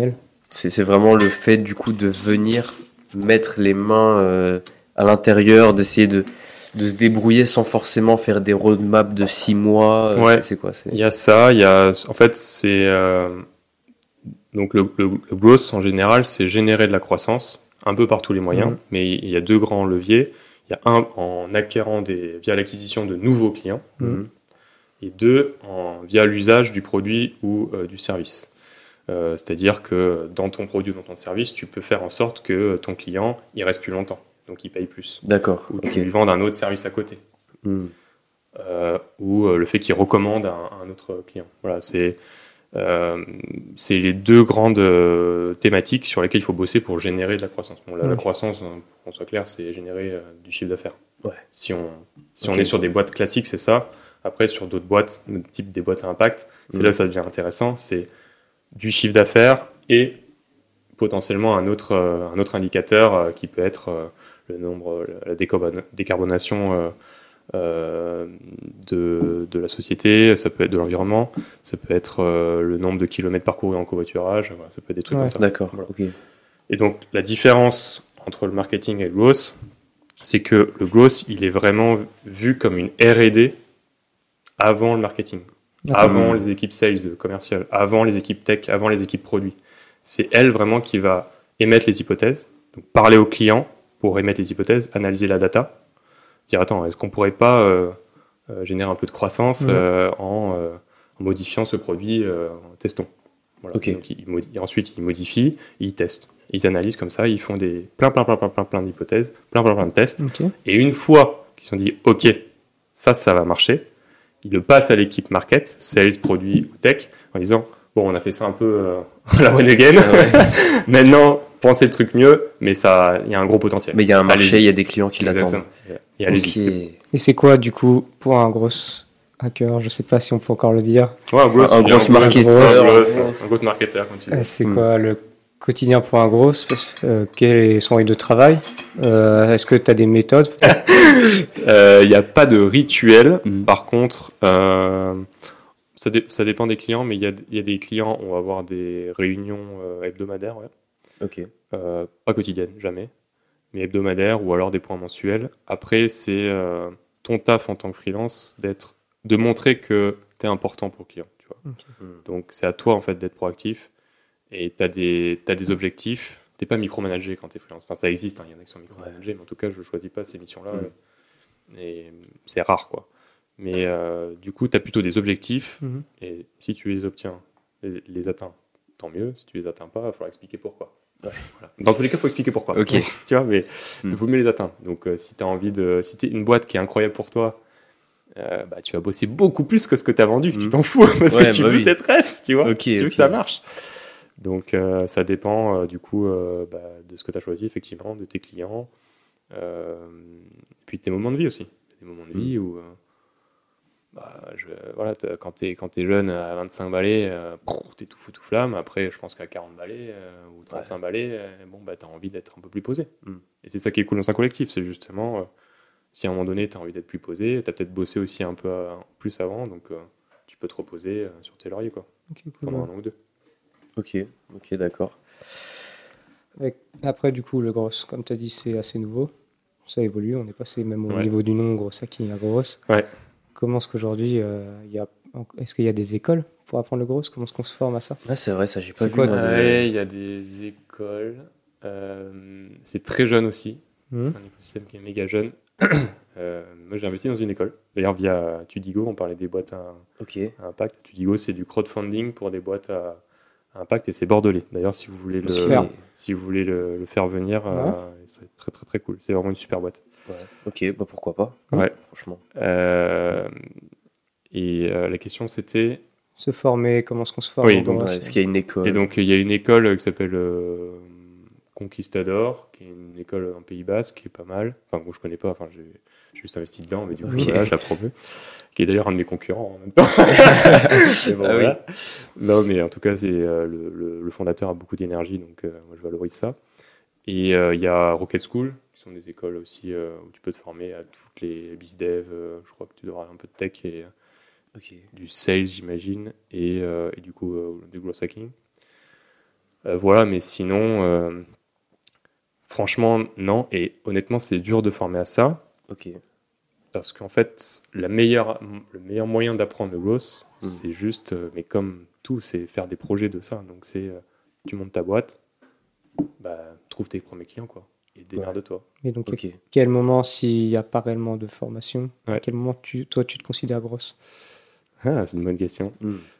C'est vraiment le fait du coup de venir mettre les mains à l'intérieur, d'essayer de se débrouiller sans forcément faire des roadmaps de 6 mois. C'est quoi ? Il y a ça, en fait c'est donc le growth en général, c'est générer de la croissance un peu par tous les moyens, mais il y a 2 grands leviers. Il y a un en acquérant via l'acquisition de nouveaux clients, et 2 via l'usage du produit ou du service. C'est-à-dire que dans ton produit ou dans ton service, tu peux faire en sorte que ton client il reste plus longtemps, donc il paye plus. D'accord. Ou tu lui vends un autre service à côté. Ou le fait qu'il recommande un autre client. Voilà, c'est les 2 grandes thématiques sur lesquelles il faut bosser pour générer de la croissance. Bon, la croissance, pour qu'on soit clair, c'est générer du chiffre d'affaires. Si on est sur des boîtes classiques, c'est ça. Après, sur d'autres boîtes, type des boîtes à impact, c'est là que ça devient intéressant. C'est du chiffre d'affaires et potentiellement un autre indicateur qui peut être le nombre, la décarbonation de la société, ça peut être de l'environnement, ça peut être le nombre de kilomètres parcourus en covoiturage, voilà, ça peut être des trucs comme ça. D'accord. Voilà. Et donc la différence entre le marketing et le growth, c'est que le growth, il est vraiment vu comme une R&D avant le marketing, avant les équipes sales commerciales, avant les équipes tech, avant les équipes produits. C'est elle vraiment qui va émettre les hypothèses, donc parler aux clients pour émettre les hypothèses, analyser la data, dire attends, est-ce qu'on pourrait pas générer un peu de croissance en modifiant ce produit, testons. Voilà. Donc ensuite ils modifient, ils testent, ils analysent comme ça, ils font plein d'hypothèses, plein de tests, et une fois qu'ils se sont dit ok, ça va marcher, ils le passent à l'équipe market, sales, produit ou tech, en disant bon, on a fait ça un peu la one again. Maintenant, pensez le truc mieux, mais il y a un gros potentiel. Mais il y a un marché, il y a des clients qui l'attendent. Et allez-y. Et c'est quoi, du coup, pour un gros hacker, je sais pas si on peut encore le dire. Ouais, un gros marketeur, comme tu dis. C'est quoi le quotidien pour un gros quel est son rythme de travail? Est-ce que tu as des méthodes? Il n'y a pas de rituel. Par contre, ça dépend des clients, mais il y a des clients, on va avoir des réunions hebdomadaires. Pas quotidiennes, jamais, mais hebdomadaires ou alors des points mensuels. Après, c'est ton taf en tant que freelance de montrer que tu es important pour le client. Tu vois. Donc, c'est à toi en fait d'être proactif et tu as des objectifs. Tu n'es pas micromanagé quand tu es freelance. Enfin, ça existe, il y en a qui sont micromanagés, mais en tout cas, je ne choisis pas ces missions-là. Et c'est rare, quoi. Mais du coup, tu as plutôt des objectifs, et si tu les obtiens, les atteins, tant mieux. Si tu les atteins pas, il faudra expliquer pourquoi. Ouais, voilà. Dans tous les cas, il faut expliquer pourquoi. Ok. Tu vois, mais il vaut mieux les atteindre. Donc, si tu as envie si tu es une boîte qui est incroyable pour toi, tu vas bosser beaucoup plus que ce que tu as vendu. Tu t'en fous parce que tu veux cette ref, tu vois. Tu veux que ça marche. Donc, ça dépend du coup de ce que tu as choisi, effectivement, de tes clients. Puis de tes moments de vie aussi. Des moments de vie où quand t'es jeune à 25 balais, t'es tout fou tout flamme. Après, je pense qu'à 40 balais ou 35 balais, t'as envie d'être un peu plus posé. Et c'est ça qui est cool dans un collectif, c'est justement si à un moment donné t'as envie d'être plus posé, t'as peut-être bossé aussi un peu plus avant, donc tu peux te reposer sur tes lauriers, quoi, pendant un an ou deux. Ok, d'accord. Après, du coup, le gros, comme tu as dit, c'est assez nouveau. Ça évolue. On est passé même au niveau du nom gros hacking à grosse. Ouais. Comment est-ce qu'aujourd'hui, est-ce qu'il y a des écoles pour apprendre le gros? Comment est-ce qu'on se forme à ça? C'est vrai, ça j'ai pas vu. Il y a des écoles. C'est très jeune aussi. C'est un écosystème qui est méga jeune. Moi, j'ai investi dans une école. D'ailleurs, via Tudigo, on parlait des boîtes à impact. Tudigo, c'est du crowdfunding pour des boîtes à impact et c'est bordelais. D'ailleurs, si vous voulez le faire venir, c'est très très très cool. C'est vraiment une super boîte. Ouais. Ok, pourquoi pas. Ouais. Franchement. Et la question c'était se former, comment est-ce qu'on se forme? Oui, donc est-ce qu'il y a une école? Et donc il y a une école qui s'appelle Conquistador, qui est une école en Pays Basque, qui est pas mal. Enfin, je connais pas. Enfin, j'ai juste investi dedans, mais du coup, je la promeux. Qui est d'ailleurs un de mes concurrents en même temps. Oui. Non, mais en tout cas, c'est le fondateur a beaucoup d'énergie, donc moi je valorise ça. Et il y a Rocket School, qui sont des écoles aussi où tu peux te former à toutes les BizDev. Je crois que tu devras un peu de tech et du sales, j'imagine, et du coup du growth hacking. Voilà, mais sinon, franchement, non. Et honnêtement, c'est dur de former à ça. Ok. Parce qu'en fait, le meilleur moyen d'apprendre le growth, c'est juste, mais comme tout, c'est faire des projets de ça. Donc c'est, tu montes ta boîte, trouve tes premiers clients, quoi, et démerde-toi. Et donc, à quel moment, s'il n'y a pas réellement de formation, à quel moment toi, tu te considères grosse? C'est une bonne question.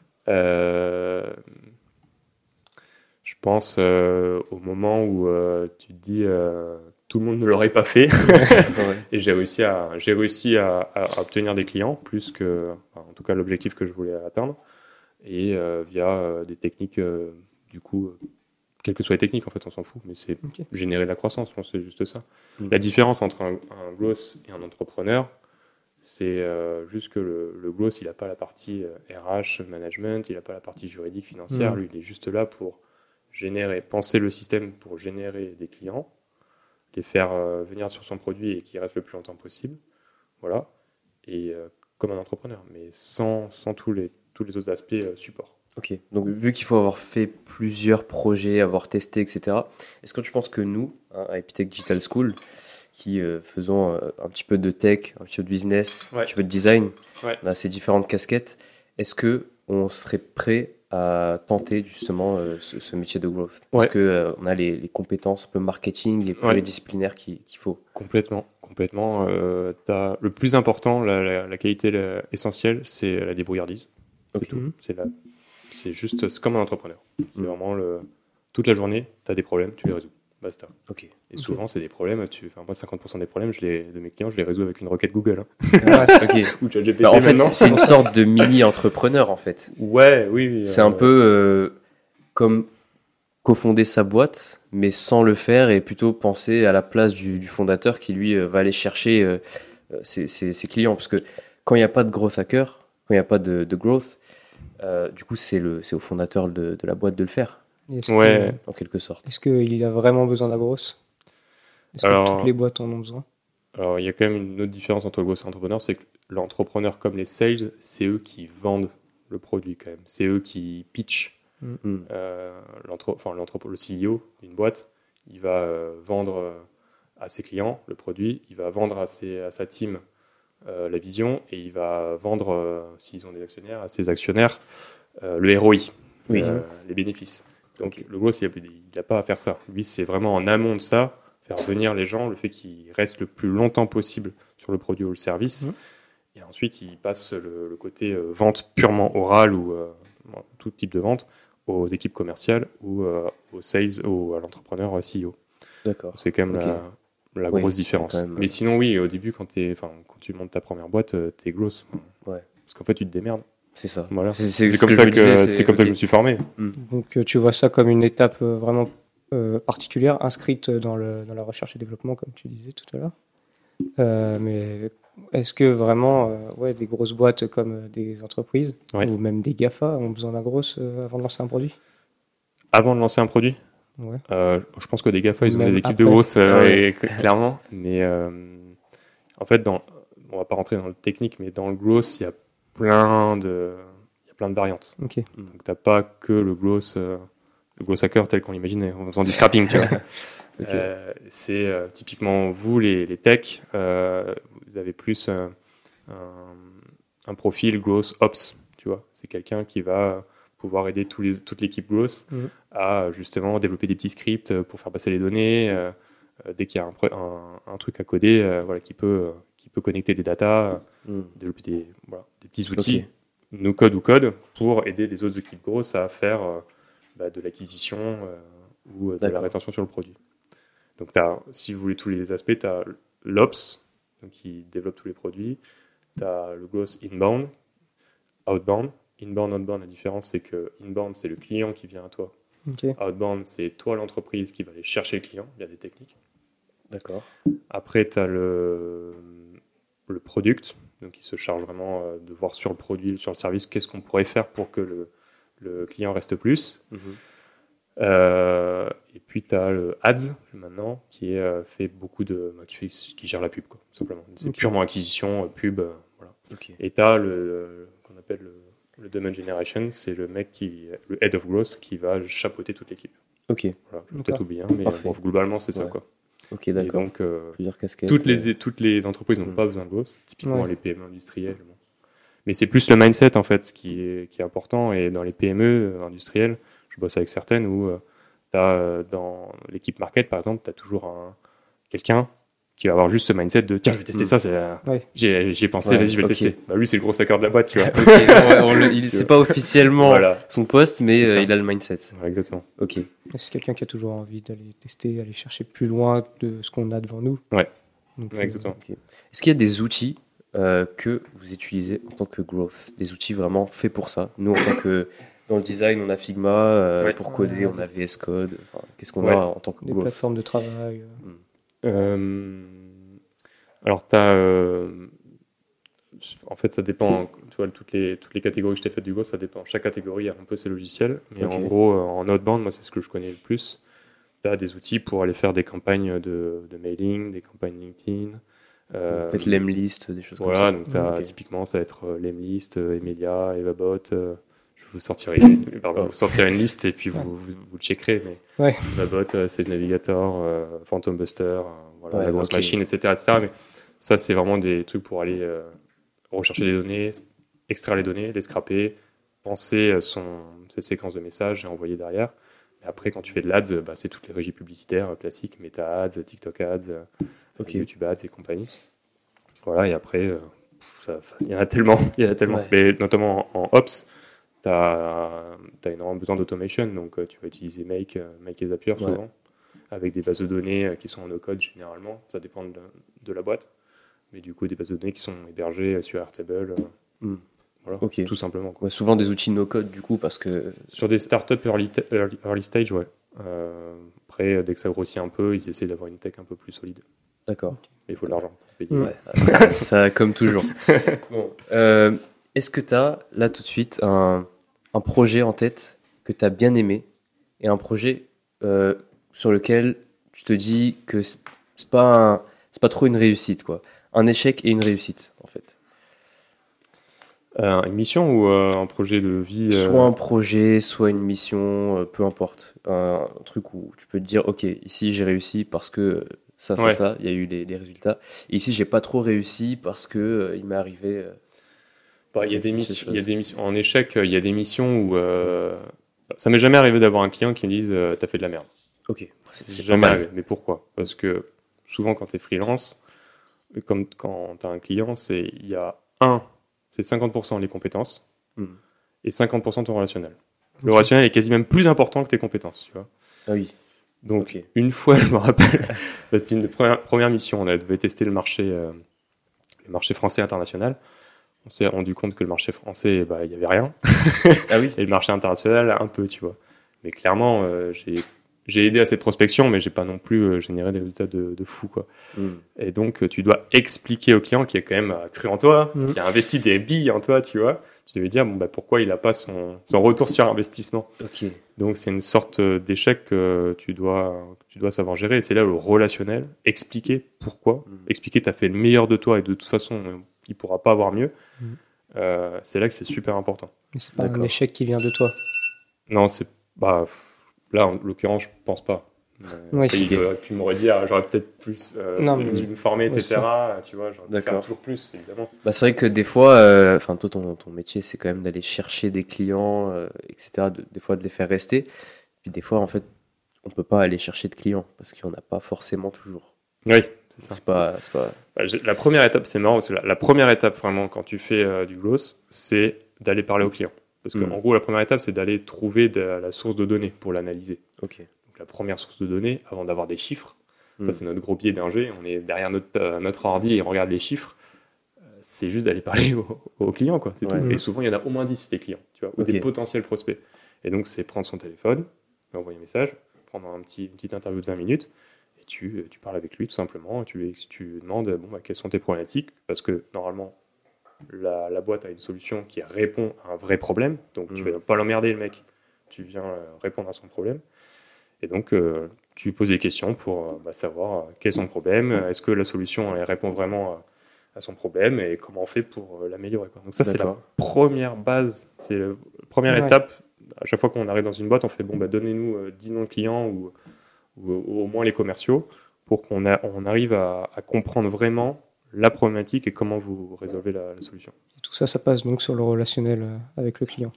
Je pense au moment où tu te dis tout le monde ne l'aurait pas fait et j'ai réussi à obtenir des clients plus que, en tout cas l'objectif que je voulais atteindre, et via des techniques du coup quelles que soient les techniques, en fait on s'en fout, mais c'est générer de la croissance, je pense que c'est juste ça. La différence entre un growth et un entrepreneur, c'est juste que le growth, il n'a pas la partie RH, management, il n'a pas la partie juridique, financière. Lui, il est juste là pour penser le système pour générer des clients, les faire venir sur son produit et qu'ils restent le plus longtemps possible. Voilà. Et comme un entrepreneur, mais sans tous les autres aspects support. Ok. Donc, vu qu'il faut avoir fait plusieurs projets, avoir testé, etc., est-ce que tu penses que nous, à Epitech Digital School, qui faisons un petit peu de tech, un petit peu de business, un petit peu de design, on a ces différentes casquettes, est-ce qu'on serait prêt à tenter justement ce métier de growth? Est-ce qu'on a les compétences un peu marketing, les pluridisciplinaires qu'il faut? Complètement. Le plus important, la qualité essentielle, c'est la débrouillardise. C'est tout. C'est comme un entrepreneur. C'est vraiment toute la journée, tu as des problèmes, tu les résous. Basta. Et souvent, c'est des problèmes. Moi, 50% des problèmes de mes clients, je les résous avec une requête Google. Ou ChatGPT. En fait, c'est une sorte de mini-entrepreneur, en fait. Oui. C'est un peu comme cofonder sa boîte, mais sans le faire et plutôt penser à la place du fondateur qui, lui, va aller chercher ses clients. Parce que quand il n'y a pas de growth hacker, quand il n'y a pas de growth, du coup, c'est au fondateur de la boîte de le faire. En quelque sorte. Est-ce qu'il a vraiment besoin de la grosse? Est-ce que toutes les boîtes en ont besoin? Alors, il y a quand même une autre différence entre le grosse et l'entrepreneur, c'est que l'entrepreneur, comme les sales, c'est eux qui vendent le produit quand même. C'est eux qui pitchent. Le CEO d'une boîte, il va vendre à ses clients le produit, il va vendre à sa team la vision, et il va vendre, s'ils ont des actionnaires, à ses actionnaires le ROI, les bénéfices. Donc le gros, il n'a pas à faire ça. Lui, c'est vraiment en amont de ça, faire venir les gens, le fait qu'ils restent le plus longtemps possible sur le produit ou le service. Et ensuite, ils passent le côté vente purement orale ou tout type de vente aux équipes commerciales ou aux sales ou à l'entrepreneur CEO. D'accord. C'est quand même la grosse différence. Quand même, Mais sinon, oui, au début, quand tu montes ta première boîte, t'es grosse. Ouais. Parce qu'en fait, tu te démerdes. C'est ça. Voilà. C'est comme ça que je me suis formé. Donc tu vois ça comme une étape vraiment particulière, inscrite dans la recherche et développement, comme tu disais tout à l'heure. Mais est-ce que vraiment des grosses boîtes comme des entreprises ou même des GAFA ont besoin d'un gros avant de lancer un produit? Avant de lancer un produit? Ouais. Je pense que des GAFA, ils ont Même des équipes après. de grosses, clairement. Mais en fait, on va pas rentrer dans le technique, mais dans le growth, il y a plein de variantes. Ok. Donc, t'as pas que le growth hacker tel qu'on l'imaginait, en faisant du scrapping, tu vois. C'est typiquement vous, les techs, vous avez plus un profil growth ops, tu vois. C'est quelqu'un qui va pouvoir aider toute l'équipe growth à justement développer des petits scripts pour faire passer les données. Dès qu'il y a un truc à coder, qui peut connecter des datas, développer des petits outils, no code ou code, pour aider les autres équipes grosses à faire de l'acquisition ou de la rétention sur le produit. Donc, si vous voulez tous les aspects, tu as l'ops, donc qui développe tous les produits. Tu as le growth inbound, outbound. Inbound, outbound, la différence, c'est que inbound, c'est le client qui vient à toi. Okay. Outbound, c'est toi, l'entreprise, qui va aller chercher le client. Il y a des techniques. D'accord. Après, tu as le product, donc il se charge vraiment de voir sur le produit, sur le service, qu'est-ce qu'on pourrait faire pour que le client reste plus. Et puis tu as le ads maintenant qui fait beaucoup qui gère la pub, quoi, simplement. C'est purement acquisition, pub, voilà. Et tu as qu'on appelle le demand generation, c'est le head of growth qui va chapeauter toute l'équipe. Voilà, je vais peut-être oublier, mais globalement c'est ça, quoi. Ok, d'accord. Et donc plusieurs casquettes. toutes les entreprises n'ont pas besoin de growth, typiquement les PME industrielles. Bon. Mais c'est plus le mindset en fait qui est important, et dans les PME industrielles, je bosse avec certaines où dans l'équipe market, par exemple, tu as toujours quelqu'un qui va avoir juste ce mindset de tiens, je vais tester ça, j'y ai pensé, vas-y, je vais le tester. Lui, c'est le gros hacker de la boîte, tu vois. C'est pas officiellement son poste, mais il a le mindset. Exactement. Ok. C'est quelqu'un qui a toujours envie d'aller tester, aller chercher plus loin de ce qu'on a devant nous. Donc, exactement. Est-ce qu'il y a des outils que vous utilisez en tant que growth, des outils vraiment faits pour ça? Nous, en tant que dans le design, on a Figma, pour coder, on a VS Code. Qu'est-ce qu'on a en tant que des growth? plateformes de travail. Alors, en fait, ça dépend. Tu vois, toutes les catégories que je t'ai faites du growth, ça dépend. Chaque catégorie a un peu ses logiciels. Mais en gros, en outbound, moi, c'est ce que je connais le plus. Tu as des outils pour aller faire des campagnes de mailing, des campagnes LinkedIn. Peut-être Lemlist, des choses comme ça. Voilà, donc typiquement, ça va être Lemlist, Emilia, Evabot. Je vous sortirai une liste et puis vous le checkerez. Mais Evabot, Sales Navigator, Phantom Buster, la grosse machine, etc. Mais ça, c'est vraiment des trucs pour aller rechercher les données, extraire les données, les scraper, penser ses séquences de messages et envoyer derrière. Et après, quand tu fais de l'ADS, c'est toutes les régies publicitaires classiques, Meta Ads, TikTok Ads, YouTube Ads et compagnie. Voilà, et après, il y en a tellement. Mais notamment en Ops, tu as énormément besoin d'automation, donc tu vas utiliser Make et Zapier souvent, avec des bases de données qui sont en no-code généralement, ça dépend de la boîte, mais du coup des bases de données qui sont hébergées sur Airtable, voilà, tout simplement. Souvent des outils no-code du coup, parce que... Sur des startups early stage, après, dès que ça grossit un peu, ils essaient d'avoir une tech un peu plus solide. D'accord. Mais il faut de l'argent pour payer. Ça comme toujours. Bon, est-ce que tu as, là tout de suite, un projet en tête que tu as bien aimé, et un projet sur lequel tu te dis que c'est pas trop une réussite, quoi. Un échec et une réussite, en fait. Une mission ou un projet de vie Soit un projet, soit une mission, peu importe. Un truc où tu peux te dire, ok, ici j'ai réussi parce que ça, il y a eu les résultats. Et ici j'ai pas trop réussi parce que il m'est arrivé... il y a des missions en échec, il y a des missions où ça m'est jamais arrivé d'avoir un client qui me dise t'as fait de la merde. Ok, c'est jamais arrivé. Mais pourquoi? Parce que souvent quand tu es freelance, comme quand tu as un client, il y a c'est 50% les compétences et 50% ton relationnel. Le relationnel est quasi même plus important que tes compétences, tu vois. Ah oui. Donc, une fois, je me rappelle, c'est une des premières missions, on devait tester le marché français international. On s'est rendu compte que le marché français, il y avait rien. Ah oui. Et le marché international, un peu, tu vois. Mais clairement, j'ai aidé à cette prospection, mais j'ai pas non plus généré des résultats de fou, quoi. Et donc, tu dois expliquer au client qui a quand même cru en toi, qui a investi des billes en toi, tu vois. Tu devais dire, pourquoi il a pas son retour sur investissement. Ok. Donc, c'est une sorte d'échec que tu dois savoir gérer. Et c'est là le relationnel, expliquer pourquoi, expliquer que tu as fait le meilleur de toi et de toute façon, il pourra pas avoir mieux. C'est là que c'est super important. Mais c'est pas un échec qui vient de toi. Non, là, en l'occurrence, je pense pas. Oui. Tu m'aurais dit, j'aurais peut-être plus dû me former, etc. Tu vois, j'aurais pu faire toujours plus, évidemment. C'est vrai que des fois, toi, ton métier, c'est quand même d'aller chercher des clients, etc. Des fois, de les faire rester. Puis des fois, en fait, on peut pas aller chercher de clients parce qu'il y en a pas forcément toujours. Oui, c'est ça. C'est pas... La première étape, c'est marrant parce que la première étape, vraiment, quand tu fais du gloss, c'est d'aller parler au client. Parce qu'en gros, la première étape, c'est d'aller trouver la source de données pour l'analyser. Ok. Donc, la première source de données, avant d'avoir des chiffres, ça c'est notre gros biais d'ingé, on est derrière notre ordi et on regarde les chiffres, c'est juste d'aller parler aux clients, quoi. C'est tout. Et souvent, il y en a au moins 10 des clients, tu vois, ou des potentiels prospects. Et donc, c'est prendre son téléphone, envoyer un message, prendre une petite interview de 20 minutes, et tu parles avec lui tout simplement, et tu lui demandes quelles sont tes problématiques, parce que normalement, la boîte a une solution qui répond à un vrai problème, donc tu vas pas l'emmerder le mec, tu viens répondre à son problème, et donc tu lui poses des questions pour savoir quel est son problème, est-ce que la solution elle répond vraiment à son problème et comment on fait pour l'améliorer, quoi. Donc ça c'est la première base, c'est la première étape. À chaque fois qu'on arrive dans une boîte, on fait donnez-nous 10 noms de clients ou au moins les commerciaux pour qu'on arrive à comprendre vraiment la problématique et comment vous résolvez la solution. Et tout ça, ça passe donc sur le relationnel avec le client.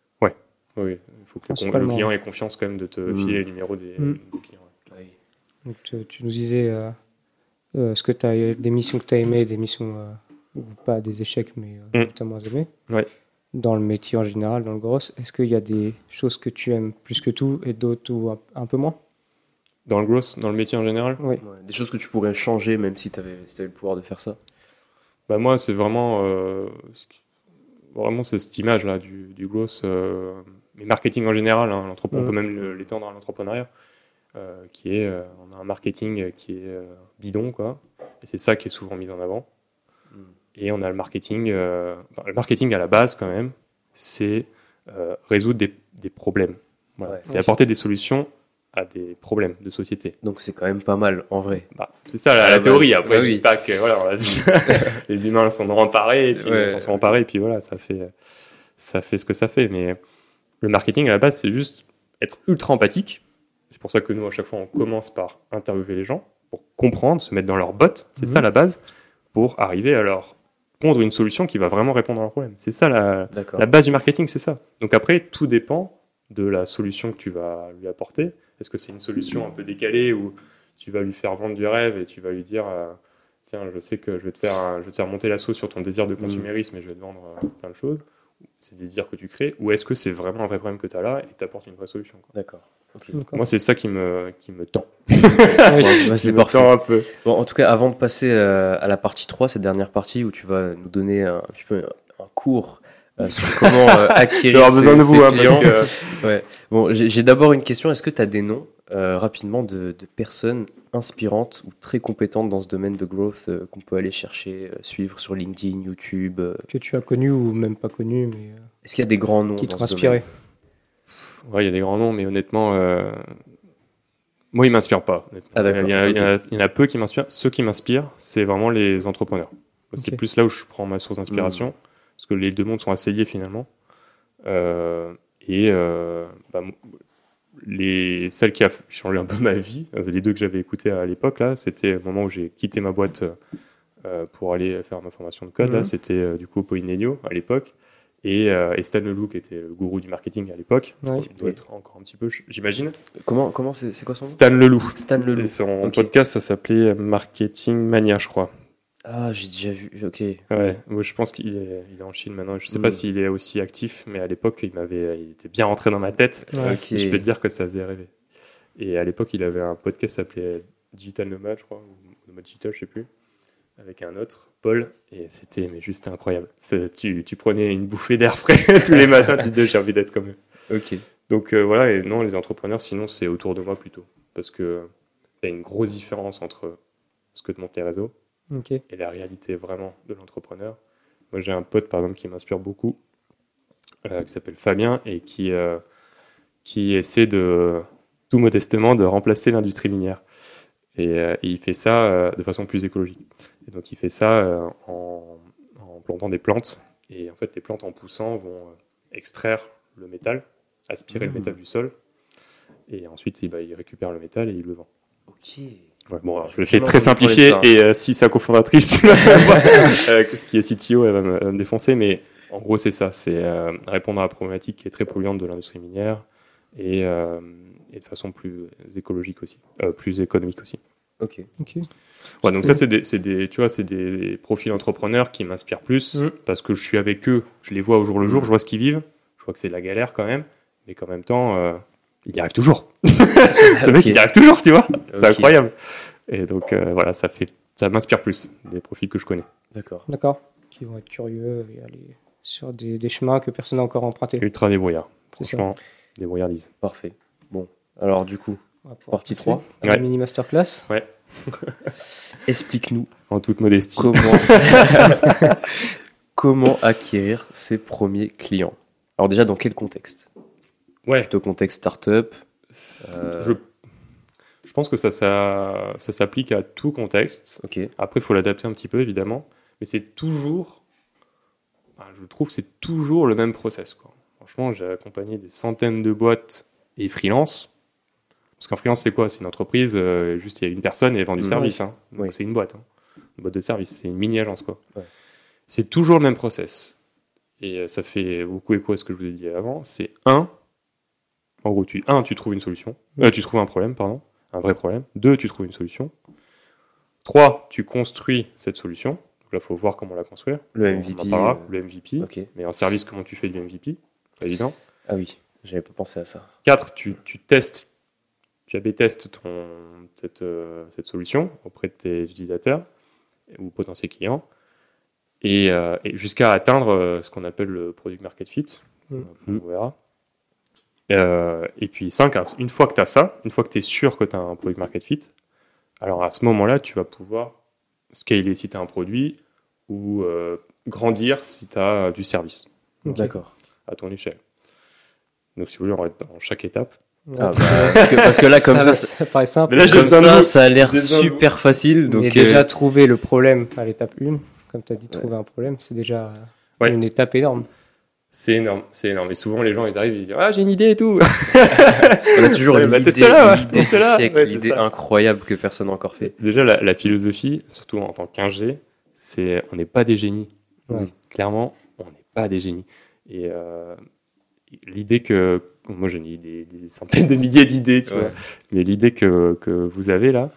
Oui, il faut que le client ait confiance quand même de te filer les numéros des clients. Oui. Donc tu nous disais est-ce que tu as des missions que tu as aimées, des missions ou pas des échecs, mais que tu as moins aimées. Ouais. Dans le métier en général, dans le gros, est-ce qu'il y a des choses que tu aimes plus que tout et d'autres ou un peu moins? Dans le gross, dans le métier en général? Oui. Des choses que tu pourrais changer même si tu avais le pouvoir de faire ça? Moi, c'est vraiment c'est cette image-là du gloss, mais marketing en général, hein, on peut même l'étendre à l'entrepreneuriat, qui est, on a un marketing qui est bidon, quoi, et c'est ça qui est souvent mis en avant. Et on a le marketing à la base quand même, c'est résoudre des problèmes. Voilà. C'est apporter des solutions à des problèmes de société. Donc c'est quand même pas mal en vrai. C'est ça la théorie. Après, je dis pas que les humains sont emparés, et puis ils sont emparés, et puis voilà, ça fait ce que ça fait. Mais le marketing à la base, c'est juste être ultra empathique. C'est pour ça que nous, à chaque fois, on commence par interviewer les gens pour comprendre, se mettre dans leur botte. C'est ça la base, pour arriver à leur pondre une solution qui va vraiment répondre à leurs problèmes. C'est ça la base du marketing, c'est ça. Donc après, tout dépend de la solution que tu vas lui apporter. Est-ce que c'est une solution un peu décalée où tu vas lui faire vendre du rêve et tu vas lui dire tiens, je sais que je vais te faire monter la sauce sur ton désir de consumérisme et je vais te vendre plein de choses. C'est des désirs que tu crées, ou est-ce que c'est vraiment un vrai problème que tu as là et t'apportes une vraie solution, quoi. D'accord. Okay. Moi, c'est ça qui me tend. C'est parfait. Un peu. Bon, en tout cas, avant de passer à la partie 3, cette dernière partie où tu vas nous donner un petit peu un cours sur comment acquérir ses besoin de vous, clients. Parce que... ouais. Bon, j'ai d'abord une question. Est-ce que tu as des noms rapidement de personnes inspirantes ou très compétentes dans ce domaine de growth qu'on peut aller chercher, suivre sur LinkedIn, YouTube que tu as connu ou même pas connu, mais est-ce qu'il y a des grands noms qui t'ont inspiré? Ouais, il y a des grands noms, mais honnêtement, moi, ils m'inspirent pas. Ah, d'accord. Il y en a peu qui m'inspirent. Ceux qui m'inspirent, c'est vraiment les entrepreneurs. C'est plus là où je prends ma source d'inspiration, parce que les deux mondes sont assez liés finalement. Celles qui ont changé un peu ma vie, les deux que j'avais écoutées à l'époque, là, c'était le moment où j'ai quitté ma boîte pour aller faire ma formation de code. Là, c'était du coup Pauline Legno à l'époque. Et Stan Leloup, qui était le gourou du marketing à l'époque, il doit être encore un petit peu, j'imagine. Comment c'est quoi son nom? Stan Leloup. Stan Leloup. Et son podcast, ça s'appelait Marketing Mania, je crois. Ah, j'ai déjà vu. Ok. Ouais, moi je pense qu'il est en Chine maintenant. Je sais pas s'il est aussi actif, mais à l'époque, il était bien rentré dans ma tête. Ouais. Ok. Et je peux te dire que ça faisait rêver. Et à l'époque, il avait un podcast qui s'appelait Digital Nomad, je crois, ou Nomad Digital, je sais plus, avec un autre, Paul, et c'était mais juste incroyable. Tu prenais une bouffée d'air frais tous les matins, tu te dis j'ai envie d'être comme eux. Ok. Donc voilà, et non, les entrepreneurs, sinon c'est autour de moi plutôt, parce que il y a une grosse différence entre ce que te montrent les réseaux Ok. et la réalité vraiment de l'entrepreneur. Moi, j'ai un pote, par exemple, qui m'inspire beaucoup, qui s'appelle Fabien, et qui essaie tout modestement, de remplacer l'industrie minière. Et il fait ça de façon plus écologique. Et donc, il fait ça en plantant des plantes. Et en fait, les plantes, en poussant, vont extraire le métal, aspirer le métal du sol. Et ensuite, il récupère le métal et il le vend. Ok. Ouais, bon, alors, je le J'ai fais très jamais entendu simplifié, parler de ça. et si sa cofondatrice, ce qui est CTO, elle va me défoncer, mais en gros, c'est ça, c'est répondre à la problématique qui est très polluante de l'industrie minière, et de façon plus écologique aussi, plus économique aussi. Ok. Ok. Ouais, donc ça, c'est tu vois, c'est des profils entrepreneurs qui m'inspirent plus, parce que je suis avec eux, je les vois au jour le jour, je vois ce qu'ils vivent, je vois que c'est de la galère quand même, mais qu'en même temps, ils y arrivent toujours. Ce mec, il y arrive toujours, tu vois. C'est incroyable. Et donc, voilà, ça m'inspire plus des profils que je connais. D'accord. D'accord. Qui vont être curieux et aller sur des chemins que personne n'a encore empruntés. Ultra débrouillard. C'est ça. Franchement, débrouillardise. Parfait. Bon. Alors, du coup, On va pouvoir partie passer 3. à la Ouais. mini masterclass. Explique-nous En toute modestie. comment acquérir ses premiers clients. Alors, déjà, dans quel contexte? Ouais. Plutôt contexte startup. Je pense que ça s'applique à tout contexte. Ok. Après, il faut l'adapter un petit peu, évidemment. Mais c'est toujours, je trouve que c'est toujours le même process, quoi. Franchement, j'ai accompagné des centaines de boîtes et freelance. Parce qu'en freelance, c'est quoi? C'est une entreprise, juste il y a une personne et elle vend du service. Hein. Donc Oui. c'est une boîte. Hein. Une boîte de service. C'est une mini-agence, quoi. Ouais. C'est toujours le même process. Et ça fait beaucoup écho à ce que je vous ai dit avant. C'est en gros, tu trouves une solution. Tu trouves un problème, pardon. Un vrai problème. 2, tu trouves une solution. 3, tu construis cette solution. Donc là, il faut voir comment la construire. Le On MVP. en parlera, le MVP. Ok. Mais en service, comment tu fais du MVP? Pas évident. Ah oui, j'avais pas pensé à ça. 4, tu testes, tu AB-testes cette solution auprès de tes utilisateurs ou potentiels clients. Et jusqu'à atteindre ce qu'on appelle le product market fit. On verra. Et puis 5, une fois que tu as ça, une fois que tu es sûr que tu as un product market fit, alors à ce moment-là, tu vas pouvoir scaler si tu as un produit ou grandir si tu as du service Ok. D'accord. à ton échelle. Donc si vous voulez, on va être dans chaque étape. Ah bah, parce que là, comme ça paraît simple. Mais là, j'ai comme besoin de vous. ça a l'air J'ai besoin de super facile. Donc, Mais déjà, trouver le problème à l'étape 1, comme tu as dit, trouver un problème, c'est déjà une étape énorme. C'est énorme, c'est énorme. Et souvent, les gens, ils arrivent et ils disent « Ah, j'ai une idée et tout !» on a toujours Ouais, bah, l'idée teste-la, du teste-la. siècle, Ouais, c'est l'idée ça. incroyable que personne n'a encore fait. Déjà, la philosophie, surtout en tant qu'ingé, c'est on n'est pas des génies. Ouais. Clairement, on n'est pas des génies. Et l'idée que... Moi, j'ai des centaines de milliers d'idées, tu vois. Mais l'idée que vous avez là,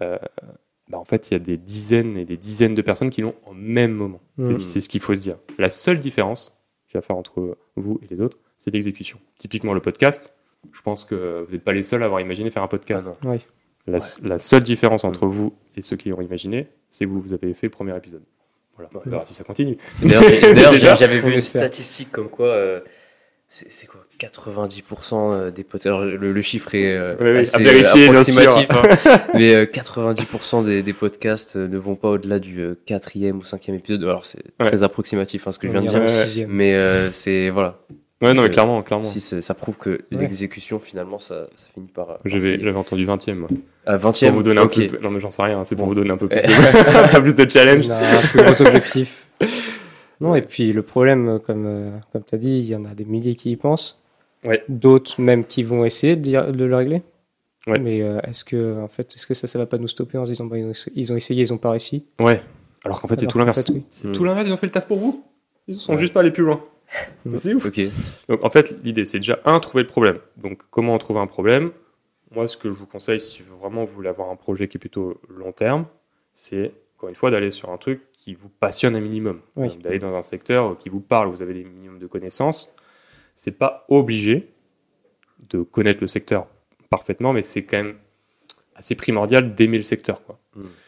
en fait, il y a des dizaines et des dizaines de personnes qui l'ont au même moment. C'est ce qu'il faut se dire. La seule différence qu'il va faire entre vous et les autres, c'est l'exécution. Typiquement, le podcast, je pense que vous n'êtes pas les seuls à avoir imaginé faire un podcast. Ah non. Oui. La seule différence entre vous et ceux qui l'ont imaginé, c'est que vous avez fait le premier épisode. Voilà. On verra si ça continue. D'ailleurs, Déjà, j'avais vu on une espère. statistique comme quoi c'est quoi 90% des podcasts. Alors, le chiffre est Oui, assez à vérifier, bien approximatif, hein, mais 90% des podcasts ne vont pas au-delà du 4e ou 5e épisode. Alors c'est très approximatif, hein, ce que je viens de dire, mais c'est voilà. Ouais, non, mais clairement. Si ça prouve que l'exécution finalement ça finit par. J'avais entendu 20e, moi. À 20e. Pour vous donner un peu. Non, mais j'en sais rien. C'est pour vous donner un peu plus un peu plus de challenge. On a un plus gros objectif. Non, et puis le problème, comme tu as dit, il y en a des milliers qui y pensent. Ouais. D'autres même qui vont essayer de le régler. Ouais. Mais est-ce que ça va pas nous stopper en se disant ils ont essayé, ils ont pas réussi? Ouais. Alors qu'en fait, c'est tout l'inverse. Oui. C'est tout l'inverse, ils ont fait le taf pour vous. Ils sont juste pas allés plus loin. C'est ouf. Ok. Donc en fait, l'idée, c'est déjà, trouver le problème. Donc comment on trouve un problème? Moi, ce que je vous conseille, si vraiment vous voulez avoir un projet qui est plutôt long terme, c'est encore une fois, d'aller sur un truc qui vous passionne un minimum. Oui. Donc, d'aller dans un secteur qui vous parle, vous avez des minimums de connaissances. C'est pas obligé de connaître le secteur parfaitement, mais c'est quand même assez primordial d'aimer le secteur, quoi.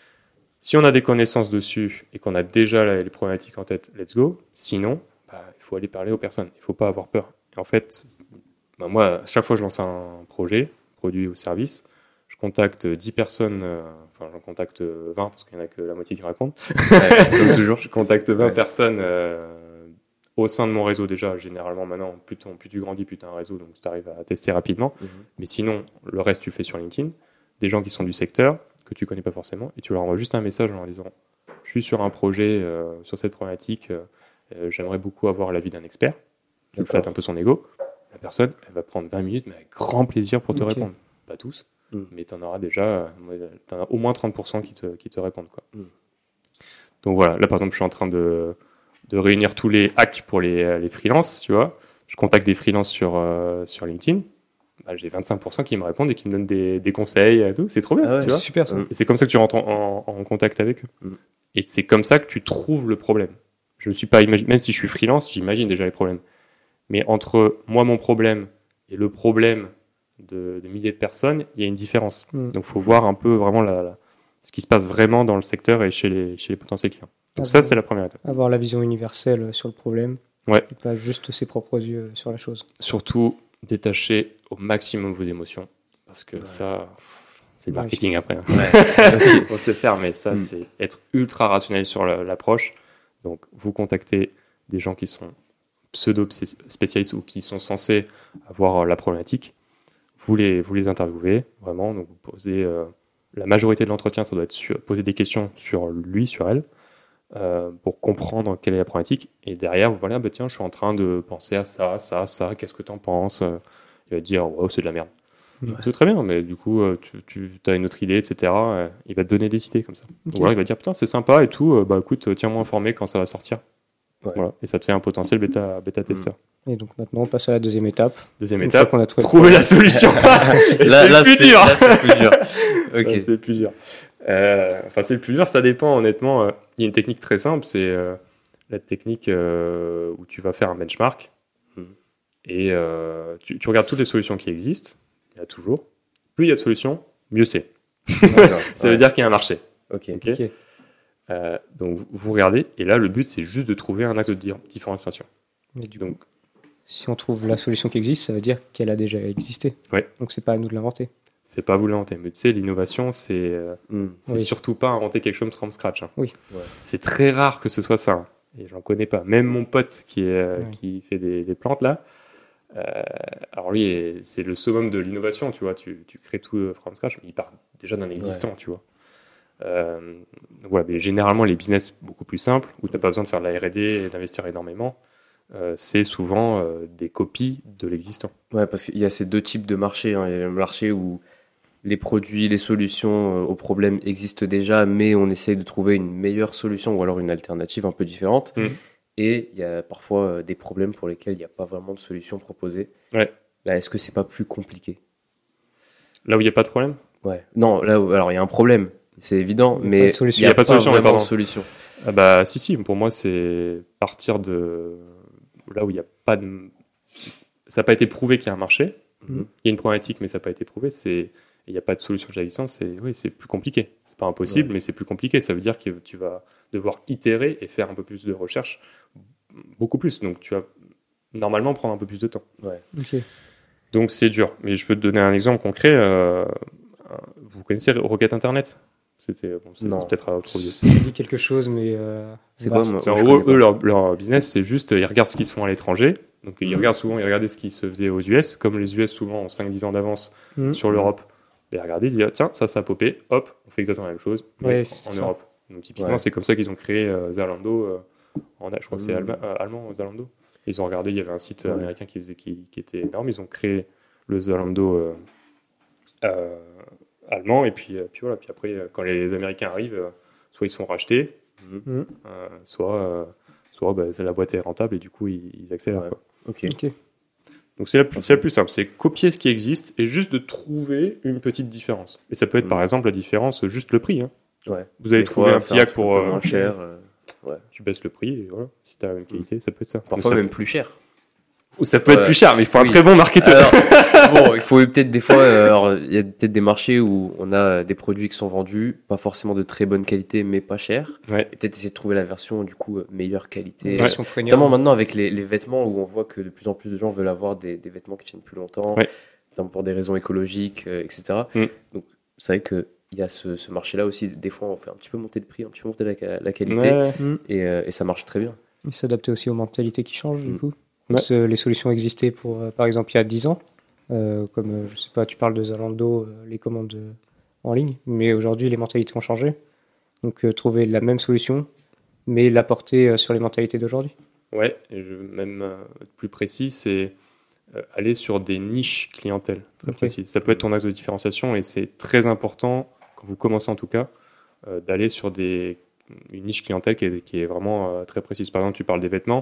Si on a des connaissances dessus et qu'on a déjà les problématiques en tête, let's go. Sinon, il faut aller parler aux personnes. Il ne faut pas avoir peur. Et en fait, moi, chaque fois que je lance un projet, produit ou service, je contacte 10 personnes, j'en contacte 20 parce qu'il n'y en a que la moitié qui répondent. Comme toujours, je contacte 20 personnes au sein de mon réseau déjà. Généralement, maintenant, plus tu grandis, plus tu as un réseau, donc tu arrives à tester rapidement. Mais sinon, le reste, tu fais sur LinkedIn. Des gens qui sont du secteur, que tu connais pas forcément, et tu leur envoies juste un message en leur disant « Je suis sur un projet, sur cette problématique, j'aimerais beaucoup avoir l'avis d'un expert. » Tu flattes un peu son ego. La personne, elle va prendre 20 minutes, mais avec grand plaisir pour te répondre. Pas tous, mais tu en auras déjà t'en as au moins 30% qui te répondent, quoi. Donc voilà, là par exemple, je suis en train de réunir tous les hacks pour les freelances, tu vois. Je contacte des freelances sur LinkedIn. J'ai 25% qui me répondent et qui me donnent des conseils et tout. C'est trop bien, tu vois. C'est super ça. Et c'est comme ça que tu rentres en contact avec eux. Et c'est comme ça que tu trouves le problème. Je me suis pas imaginé, même si je suis freelance, j'imagine déjà les problèmes. Mais entre moi, mon problème et le problème de milliers de personnes, il y a une différence. Donc, il faut voir un peu vraiment ce qui se passe vraiment dans le secteur et chez les potentiels clients. Donc ça, c'est la première étape. Avoir la vision universelle sur le problème. Ouais. Et pas juste ses propres yeux sur la chose. Surtout, détacher au maximum vos émotions. Parce que ça, c'est le marketing après. On sait faire, mais ça, c'est être ultra rationnel sur l'approche. Donc, vous contactez des gens qui sont pseudo-spécialistes ou qui sont censés avoir la problématique. Vous les interviewez, vraiment. Donc, vous posez la majorité de l'entretien, ça doit être poser des questions sur lui, sur elle, pour comprendre quelle est la problématique. Et derrière, vous parlez, tiens, je suis en train de penser à ça, qu'est-ce que tu en penses? Il va te dire, ouais, c'est de la merde. Ouais. C'est très bien, mais du coup, tu as une autre idée, etc. Il va te donner des idées comme ça. Ou alors il va te dire, putain, c'est sympa et tout, écoute, tiens-moi informé quand ça va sortir. Voilà. Et ça te fait un potentiel bêta-testeur. Et donc maintenant, on passe à la deuxième étape. Deuxième étape, on a trouver la solution. Là, c'est plus dur. Okay. C'est plus dur. C'est le plus dur, ça dépend, honnêtement. Il y a une technique très simple, c'est la technique où tu vas faire un benchmark. Et tu regardes toutes les solutions qui existent. Il y a toujours. Plus il y a de solutions, mieux c'est. Ça veut dire qu'il y a un marché. Ok. Donc vous regardez, et là le but c'est juste de trouver un axe de différenciation. Mais du coup, si on trouve la solution qui existe, ça veut dire qu'elle a déjà existé. Ouais. Donc c'est pas à nous de l'inventer. C'est pas à vous de l'inventer. Mais tu sais, l'innovation, c'est surtout pas inventer quelque chose from scratch. Hein. Oui. C'est très rare que ce soit ça. Hein. Et j'en connais pas. Même mon pote qui fait des plantes là. Alors lui, c'est le summum de l'innovation, tu vois. Tu crées tout from scratch, mais il part déjà d'un existant, tu vois. Mais généralement, les business beaucoup plus simples, où tu n'as pas besoin de faire de la R&D et d'investir énormément, c'est souvent des copies de l'existant. Ouais, parce qu'il y a ces deux types de marchés. Hein. Il y a le marché où les produits, les solutions aux problèmes existent déjà, mais on essaye de trouver une meilleure solution ou alors une alternative un peu différente. Et il y a parfois des problèmes pour lesquels il n'y a pas vraiment de solution proposée. Ouais. Là, est-ce que c'est pas plus compliqué? Là où il n'y a pas de problème? Ouais. Non, là où, alors il y a un problème, c'est évident, mais il n'y a pas de solution. Il n'y a pas de solution. Si, pour moi, c'est partir de là où il n'y a pas de... Ça n'a pas été prouvé qu'il y a un marché. Il y a une problématique, mais ça n'a pas été prouvé. Il n'y a pas de solution déjà existante. C'est plus compliqué. C'est pas impossible, mais c'est plus compliqué. Ça veut dire que tu vas devoir itérer et faire un peu plus de recherche, beaucoup plus. Donc, tu vas normalement prendre un peu plus de temps. Ouais. Okay. Donc, c'est dur. Mais je peux te donner un exemple concret. Vous connaissez Rocket Internet? C'est peut-être trop vieux. Ça me dit quelque chose, mais... c'est quoi, en gros, eux, leur business, c'est juste, ils regardent ce qu'ils se font à l'étranger. Donc, ils regardaient ce qui se faisait aux US. Comme les US, souvent, ont 5-10 ans d'avance sur l'Europe. Ils regardaient, ils disaient, tiens, ça a popé. Hop, on fait exactement la même chose, mais en Europe. Donc, typiquement, c'est comme ça qu'ils ont créé Zalando. Je crois que c'est allemand, Zalando. Ils ont regardé, il y avait un site américain qui était énorme. Ils ont créé le Zalando allemand. Et puis voilà. Puis après, quand les Américains arrivent, soit ils sont rachetés, soit la boîte est rentable et du coup, ils accélèrent. Ouais. Quoi. Ok. Donc c'est la plus simple, c'est copier ce qui existe et juste de trouver une petite différence. Et ça peut être par exemple la différence, juste le prix. Hein. Ouais. Vous allez Des trouver fois, un petit faire hack pour... truc un peu moins cher. Ouais. Tu baisses le prix et voilà, si tu as la même qualité, ça peut être ça. Parfois ça, même plus cher. ça peut être Ouais. plus cher, mais il faut un Oui. très bon marketeur. Alors, bon, il faut peut-être des fois, alors, il y a peut-être des marchés où on a des produits qui sont vendus, pas forcément de très bonne qualité, mais pas cher. Ouais. Et peut-être essayer de trouver la version, du coup, meilleure qualité. Version premium. Notamment maintenant avec les vêtements où on voit que de plus en plus de gens veulent avoir des vêtements qui tiennent plus longtemps, Ouais. notamment pour des raisons écologiques, etc. Mm. Donc, c'est vrai qu'il y a ce marché-là aussi. Des fois, on fait un petit peu monter le prix, un petit peu monter la qualité, Ouais. et ça marche très bien. Il s'adapter aussi aux mentalités qui changent, du coup. Ouais. Parce que les solutions existaient pour, par exemple, il y a 10 ans. Comme, je sais pas, tu parles de Zalando, les commandes en ligne. Mais aujourd'hui, les mentalités ont changé. Donc, trouver la même solution, mais l'apporter sur les mentalités d'aujourd'hui. Ouais, et même plus précis, c'est aller sur des niches clientèle très Ok. précises. Ça peut être ton axe de différenciation et c'est très important, quand vous commencez en tout cas, d'aller sur une niche clientèle qui est vraiment très précise. Par exemple, tu parles des vêtements.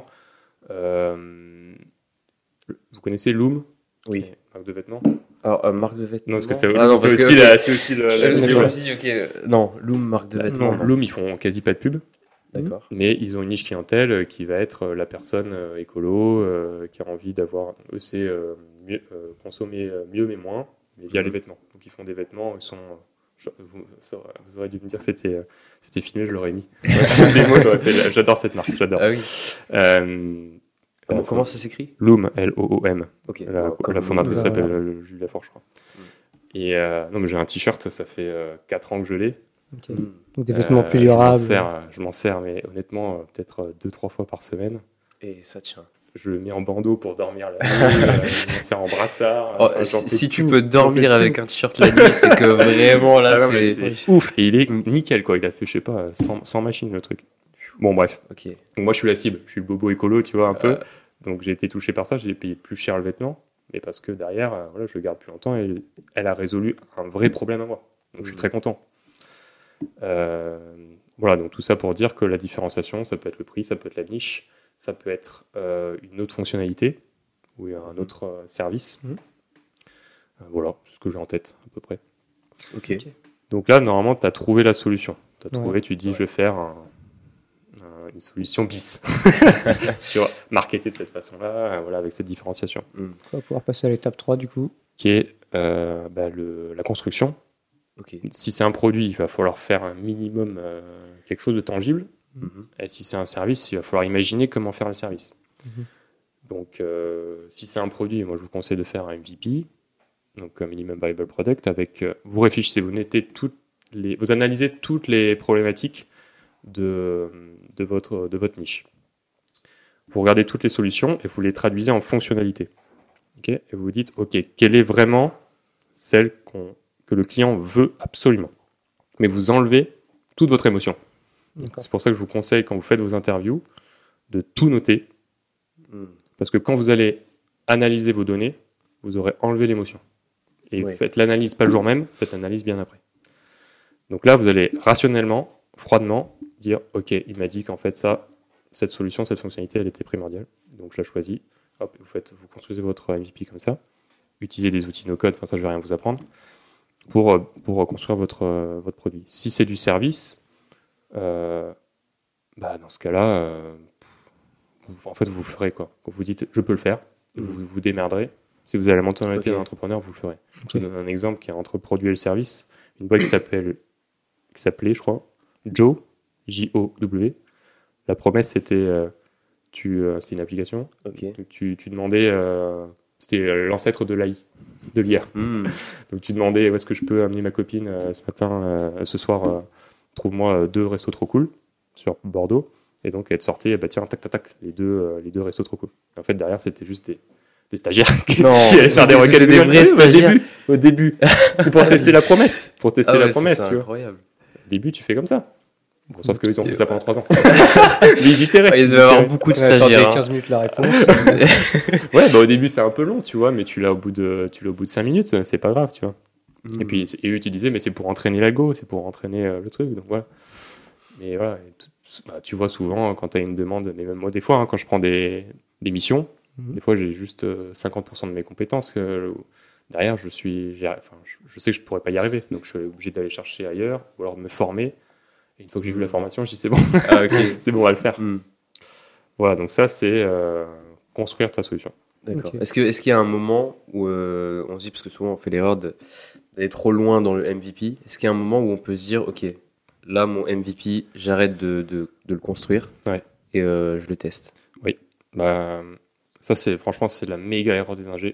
Vous connaissez Loom? Oui. Marque de vêtements? Alors, marque de vêtements. Non, parce que c'est Ah, non, c'est parce aussi, que, c'est aussi le. Je voilà. me suis dit, ok, non, Loom, marque de vêtements. Non, Loom, ils font quasi pas de pub. D'accord. Mais ils ont une niche clientèle qui va être la personne écolo qui a envie d'avoir, eux, c'est consommer mieux mais moins, mais via les vêtements. Donc ils font des vêtements, ils sont. Vous aurez dû me dire que c'était filmé, je l'aurais mis. Des mots, j'adore cette marque, j'adore. Ah oui. Euh, Comment ça s'écrit? Loom, L-O-O-M. Ok. La fondatrice Voilà. s'appelle Julie Lafort, je crois. Et non, mais j'ai un t-shirt, ça fait 4 ans que je l'ai. Ok. Donc, des vêtements plus durables. Je m'en sers, mais honnêtement, peut-être 2-3 fois par semaine. Et ça tient. Je le mets en bandeau pour dormir la nuit, je m'en sers en brassard. Oh, Enfin, j'en fais si tu tout, peux j'en dormir fais avec tout. un t-shirt la nuit, c'est que vraiment là, Ah non, mais c'est. ouf. Et il est nickel, quoi. Il a fait, je sais pas, 100 machines le truc. Bon, bref. Ok. Donc, moi, je suis la cible. Je suis le bobo écolo, tu vois, un peu. Donc, j'ai été touché par ça. J'ai payé plus cher le vêtement. Mais parce que derrière, voilà, je le garde plus longtemps et elle a résolu un vrai problème à moi. Donc, je suis très content. Voilà, donc tout ça pour dire que la différenciation, ça peut être le prix, ça peut être la niche, ça peut être une autre fonctionnalité ou un autre service. Voilà, c'est ce que j'ai en tête à peu près. Ok. Donc là, normalement, tu as trouvé la solution. Tu as Ouais. trouvé, tu dis, je vais faire une solution bis. Tu vois, marketer de cette façon-là, voilà, avec cette différenciation. On va pouvoir passer à l'étape 3, du coup. Qui est la construction. Ok. Si c'est un produit, il va falloir faire un minimum quelque chose de tangible. Mhm. Et si c'est un service, il va falloir imaginer comment faire le service. Mhm. Donc, si c'est un produit, moi je vous conseille de faire un MVP, donc un Minimum Viable Product, avec vous réfléchissez, vous analysez toutes les problématiques de votre niche. Vous regardez toutes les solutions et vous les traduisez en fonctionnalités. Okay, et vous vous dites, ok, quelle est vraiment celle que le client veut absolument. Mais vous enlevez toute votre émotion. D'accord. C'est pour ça que je vous conseille, quand vous faites vos interviews, de tout noter. Parce que quand vous allez analyser vos données, vous aurez enlevé l'émotion. Et Oui. faites l'analyse pas le jour même, faites l'analyse bien après. Donc là, vous allez rationnellement, froidement, dire, ok, il m'a dit qu'en fait cette solution, cette fonctionnalité, elle était primordiale. Donc je la choisis. Hop, vous construisez votre MVP comme ça. Utilisez des outils no-code, enfin ça je vais rien vous apprendre, pour construire votre produit. Si c'est du service, dans ce cas-là, en fait vous le ferez quoi. Quand vous dites je peux le faire, vous vous démerderez. Si vous avez la mentalité d'un entrepreneur, vous le ferez. Je vous donne un exemple qui est entre produit et le service. Une boîte qui s'appelait, je crois, Joe, J-O-W. La promesse c'était, c'était une application. Ok. Donc, tu demandais, c'était l'ancêtre de l'AI, de l'IA. Donc tu demandais où est-ce que je peux amener ma copine ce soir, trouve-moi 2 restos trop cool sur Bordeaux. Et donc elle te sortait, tiens, tac, tac, tac, les deux restos trop cool. Et en fait derrière c'était juste des stagiaires qui allaient faire des requêtes. Des vrais stagiaires. Au début. C'est pour tester la promesse. Pour tester la promesse, c'est tu vois. incroyable. Au début tu fais comme ça. Bon, sauf qu'eux ils ont fait ça pendant 3 ans. Mais ils itéraient. Il devait y avoir beaucoup de Attendez stagiaires. 15 minutes la réponse. Ouais, au début c'est un peu long, tu vois, mais tu l'as au bout de 5 minutes, c'est pas grave, tu vois. Et puis eux tu disais, mais c'est pour entraîner l'algo, c'est pour entraîner le truc, donc voilà. Mais voilà, tu vois souvent quand tu as une demande, mais même moi des fois, quand je prends des missions, des fois j'ai juste 50% de mes compétences. Derrière, je sais que je pourrais pas y arriver, donc je suis obligé d'aller chercher ailleurs, ou alors de me former Et une fois que j'ai vu la formation, je dis c'est bon, Ah, ok. c'est bon, on va le faire. Hmm. Voilà, donc ça, c'est construire ta solution. D'accord. Ok. Est-ce qu'il y a un moment où on se dit, parce que souvent on fait l'erreur d'aller trop loin dans le MVP, est-ce qu'il y a un moment où on peut se dire, ok, là mon MVP, j'arrête de le construire Ouais. et je le teste. Bah, ça, franchement, c'est la méga erreur des ingés.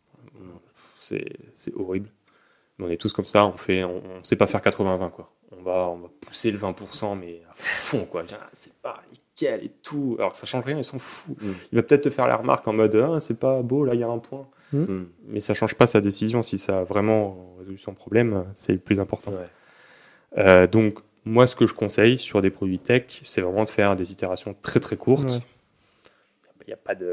C'est horrible. Mais on est tous comme ça, on sait pas faire 80-20, quoi. On va pousser le 20%, mais à fond, quoi. Dire, ah, c'est pas nickel et tout. Alors que ça change rien, ils s'en foutent. Il va peut-être te faire la remarque en mode, ah, c'est pas beau, là, il y a un point. Hmm. Mais ça change pas sa décision. Si ça a vraiment résolu son problème, c'est le plus important. Ouais. Donc, moi, ce que je conseille sur des produits tech, c'est vraiment de faire des itérations très très courtes. Ouais. Il n'y a pas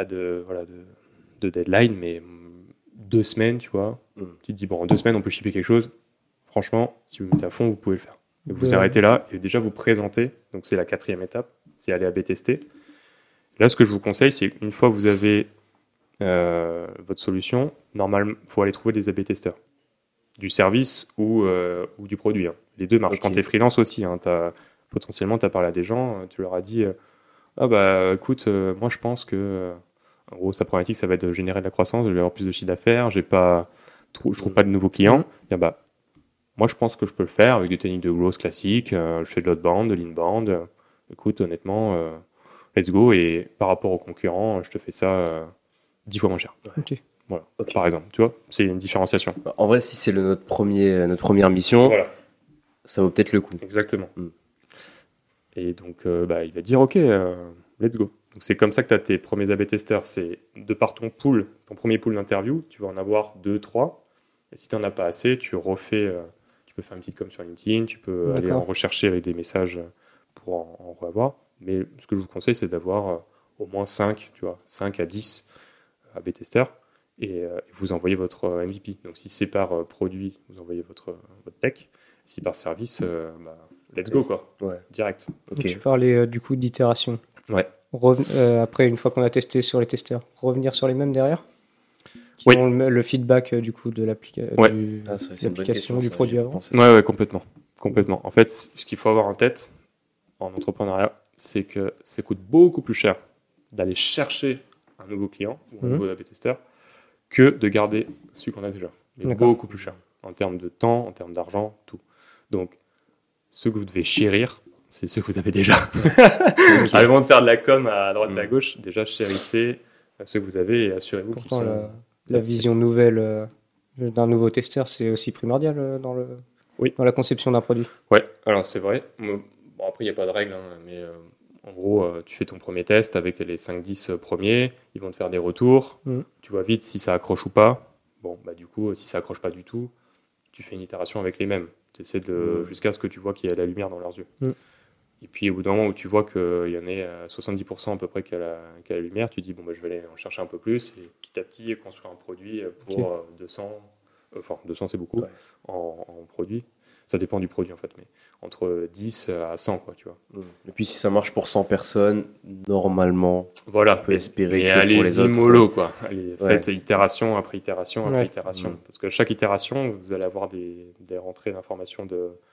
de deadline, mais 2 semaines, tu vois. Tu te dis, bon, en 2 semaines, on peut shipper quelque chose. Franchement, si vous mettez à fond, vous pouvez le faire. Et vous Ouais. arrêtez là et déjà vous présentez. Donc, c'est la 4e étape, c'est aller AB tester. Là, ce que je vous conseille, c'est qu'une fois que vous avez votre solution, normalement, il faut aller trouver des AB testeurs. Du service ou du produit. Hein. Les deux marchent. Ok. Quand tu es freelance aussi, hein, potentiellement, tu as parlé à des gens, tu leur as dit ah bah écoute, moi je pense que en gros sa problématique ça va être de générer de la croissance, je vais avoir plus de chiffre d'affaires, je trouve pas de nouveaux clients. Et bah moi je pense que je peux le faire avec des techniques de growth classiques, je fais de l'outbound, de l'inbound. Écoute, honnêtement, let's go, et par rapport aux concurrents, je te fais ça 10 fois moins cher. Ok. Voilà, Ok. par exemple, tu vois, c'est une différenciation. En vrai, si c'est notre première mission, Voilà. ça vaut peut-être le coup. Exactement. Mm. Et donc, bah, il va dire, OK, let's go. Donc, c'est comme ça que tu as tes premiers AB testeurs. C'est de par ton premier pool d'interview, tu vas en avoir 2, 3. Et si tu n'en as pas assez, tu refais, tu peux faire une petite com sur LinkedIn, tu peux aller en rechercher avec des messages pour en revoir. Mais ce que je vous conseille, c'est d'avoir au moins 5, tu vois, 5 à 10 AB testeurs. Et vous envoyez votre MVP. Donc, si c'est par produit, vous envoyez votre tech. Si par service, bah, let's go, quoi. Ouais. Direct. Ok. Donc, tu parlais du coup d'itération. Ouais. Après, une fois qu'on a testé sur les testeurs, revenir sur les mêmes derrière qui Oui. ont le feedback du coup de Ouais. Ah, c'est une bonne l'application question, du ça, produit j'y ai avant. pensé. Ouais, complètement. Complètement. En fait, ce qu'il faut avoir en tête en entrepreneuriat, c'est que ça coûte beaucoup plus cher d'aller chercher un nouveau client ou un nouveau AB testeur que de garder celui qu'on a déjà. Mais D'accord. beaucoup plus cher en termes de temps, en termes d'argent, tout. Donc, ceux que vous devez chérir, c'est ceux que vous avez déjà. Avant de faire de la com à droite et à gauche, déjà chérissez ceux que vous avez et assurez-vous qu'ils Pourtant, sont... la vision nouvelle d'un nouveau testeur, c'est aussi primordial dans la conception d'un produit. Ouais, alors c'est vrai. Bon, après, il n'y a pas de règle, hein, mais en gros, tu fais ton premier test avec les 5-10 premiers, ils vont te faire des retours, tu vois vite si ça accroche ou pas. Bon, bah du coup, si ça accroche pas du tout, tu fais une itération avec les mêmes. Tu essaies jusqu'à ce que tu vois qu'il y a la lumière dans leurs yeux. Et puis au bout d'un moment où tu vois qu'il y en a 70% à peu près qui a la lumière, tu dis bon bah je vais aller en chercher un peu plus et petit à petit construire un produit pour 200, enfin 200 c'est beaucoup en produit. Ça dépend du produit en fait, mais entre 10 à 100 quoi, tu vois. Et puis si ça marche pour 100 personnes, normalement, Voilà, on peut espérer et que pour les autres. mollo quoi. Allez, Ouais. faites itération après itération après Ouais. itération. Parce que chaque itération, vous allez avoir des rentrées d'informations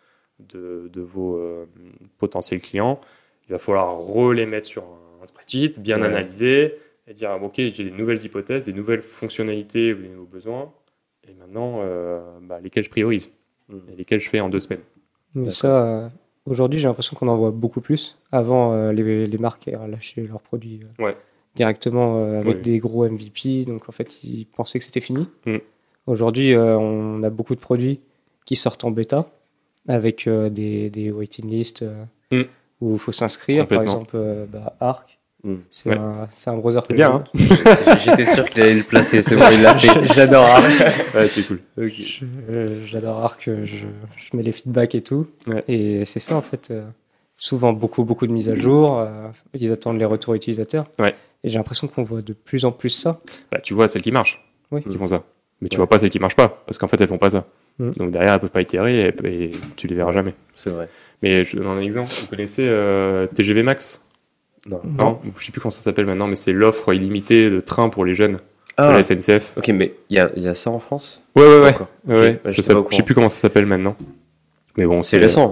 de vos potentiels clients. Il va falloir les mettre sur un spreadsheet, bien analyser et dire ok, j'ai des nouvelles hypothèses, des nouvelles fonctionnalités ou des nouveaux besoins. Et maintenant, lesquels je priorise et lesquels je fais en 2 semaines. Mais ça, aujourd'hui, j'ai l'impression qu'on en voit beaucoup plus. Avant, les marques lâchaient leurs produits directement avec des gros MVP. Donc, en fait, ils pensaient que c'était fini. Aujourd'hui, on a beaucoup de produits qui sortent en bêta avec des waiting lists où il faut s'inscrire. Par exemple, Arc. C'est un browser C'est bien, hein. J'étais sûr qu'il allait le placer, c'est bon, il l'a fait. J'adore Arc. Ouais, c'est cool. J'adore Arc, je mets les feedbacks et tout. Et c'est ça, en fait. Souvent, beaucoup de mises à jour. Ils attendent les retours utilisateurs. Et j'ai l'impression qu'on voit de plus en plus ça. Bah, tu vois celles qui marchent, qui font ça. Mais tu vois pas celles qui marchent pas, parce qu'en fait, elles font pas ça. Donc derrière, elles peuvent pas itérer et tu les verras jamais. C'est vrai. Mais je donne un exemple. Vous connaissez TGV Max ? Non. Je sais plus comment ça s'appelle maintenant, mais c'est l'offre illimitée de train pour les jeunes de Ah, la SNCF. ok, mais il y a ça en France? Ouais. D'accord. Ouais. Ok, Je sais plus comment ça s'appelle maintenant. Mais bon, C'est récent alors.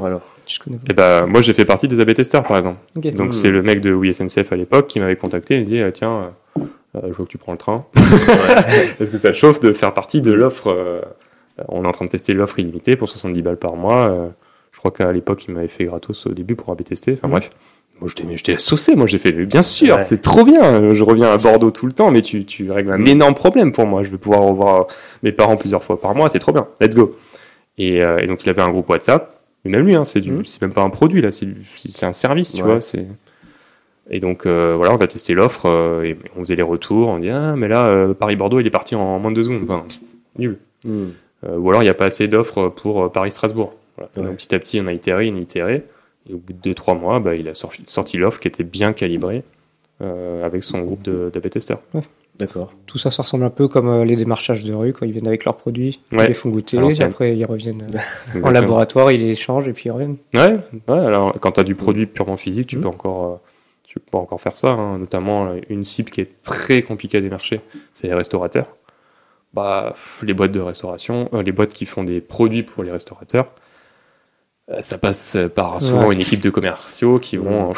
Je connais pas. Et bah, moi, j'ai fait partie des AB testeurs, par exemple. Ok. Donc, c'est le mec de WeSNCF à l'époque qui m'avait contacté et dit tiens, je vois que tu prends le train. Est-ce que ça te chauffe de faire partie de l'offre on est en train de tester l'offre illimitée pour 70 balles par mois. Je crois qu'à l'époque, il m'avait fait gratos au début pour AB tester. Enfin bref. Moi, j'étais saucé. Moi, j'ai fait, bien sûr, c'est trop bien. Je reviens à Bordeaux tout le temps, mais tu règles un énorme problème pour moi. Je vais pouvoir revoir mes parents plusieurs fois par mois. C'est trop bien. Let's go. Et donc, il avait un groupe WhatsApp. Mais même lui, c'est même pas un produit, là. C'est un service, tu vois. Et donc, voilà, on a testé l'offre et on faisait les retours. On dit, mais là, Paris-Bordeaux, il est parti en moins de 2 secondes. Enfin, nul. Ou alors, il n'y a pas assez d'offres pour Paris-Strasbourg. Voilà. Donc, petit à petit, on a itéré. Et au bout de 2-3 mois, il a sorti l'offre qui était bien calibrée avec son groupe d'AB testeurs. Ouais. D'accord. Tout ça, ça ressemble un peu comme les démarchages de rue, quand ils viennent avec leurs produits, ils les font goûter, après ils reviennent en laboratoire, ils les échangent et puis ils reviennent. Ouais, alors quand tu as du produit purement physique, tu peux encore faire ça, hein. Notamment une cible qui est très compliquée à démarcher, c'est les restaurateurs. Les boîtes de restauration, les boîtes qui font des produits pour les restaurateurs, ça passe par souvent une équipe de commerciaux qui vont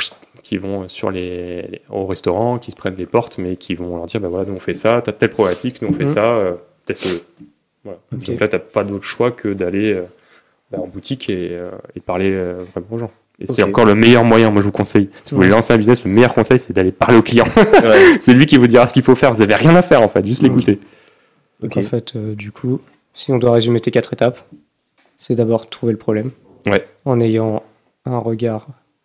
au restaurant, qui se prennent les portes, mais qui vont leur dire, voilà, nous on fait ça, t'as telle problématique, nous on fait ça, teste-le. Voilà. Okay. Donc là, t'as pas d'autre choix que d'aller en boutique et parler vraiment aux gens. Et c'est encore le meilleur moyen, moi je vous conseille. Si vous voulez lancer un business, le meilleur conseil, c'est d'aller parler au client. C'est lui qui vous dira ce qu'il faut faire, vous avez rien à faire en fait, juste l'écouter. Donc en fait, du coup, si on doit résumer tes 4 étapes, c'est d'abord trouver le problème. En ayant un regard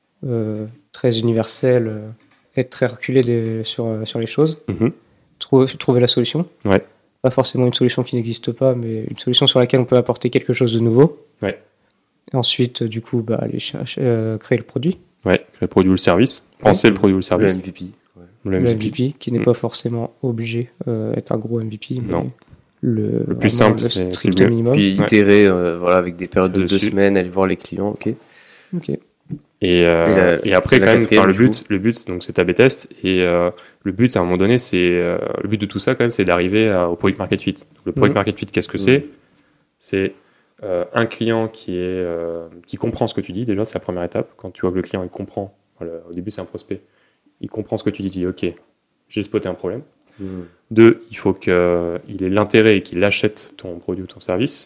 très universel, être très reculé sur les choses, trouver la solution. Pas forcément une solution qui n'existe pas, mais une solution sur laquelle on peut apporter quelque chose de nouveau. Et ensuite, du coup, aller créer le produit. Créer le produit ou le service. Penser le produit ou le service. Le MVP. Le MVP, qui n'est pas forcément obligé d'être un gros MVP. Non. Le plus simple, le c'est strict le mieux. minimum. Puis itérer avec des périodes de 2 semaines, aller voir les clients. Ok. Et après, quand même, le but, donc, c'est AB test. Et le but, à un moment donné, le but de tout ça, quand même, c'est d'arriver au product market fit. Donc, le product market fit, qu'est-ce que c'est ? C'est un client qui comprend ce que tu dis. Déjà, c'est la première étape. Quand tu vois que le client, il comprend. Au début, c'est un prospect. Il comprend ce que tu dis. Il dit, OK, j'ai spoté un problème. 2, il faut qu'il ait l'intérêt et qu'il achète ton produit ou ton service.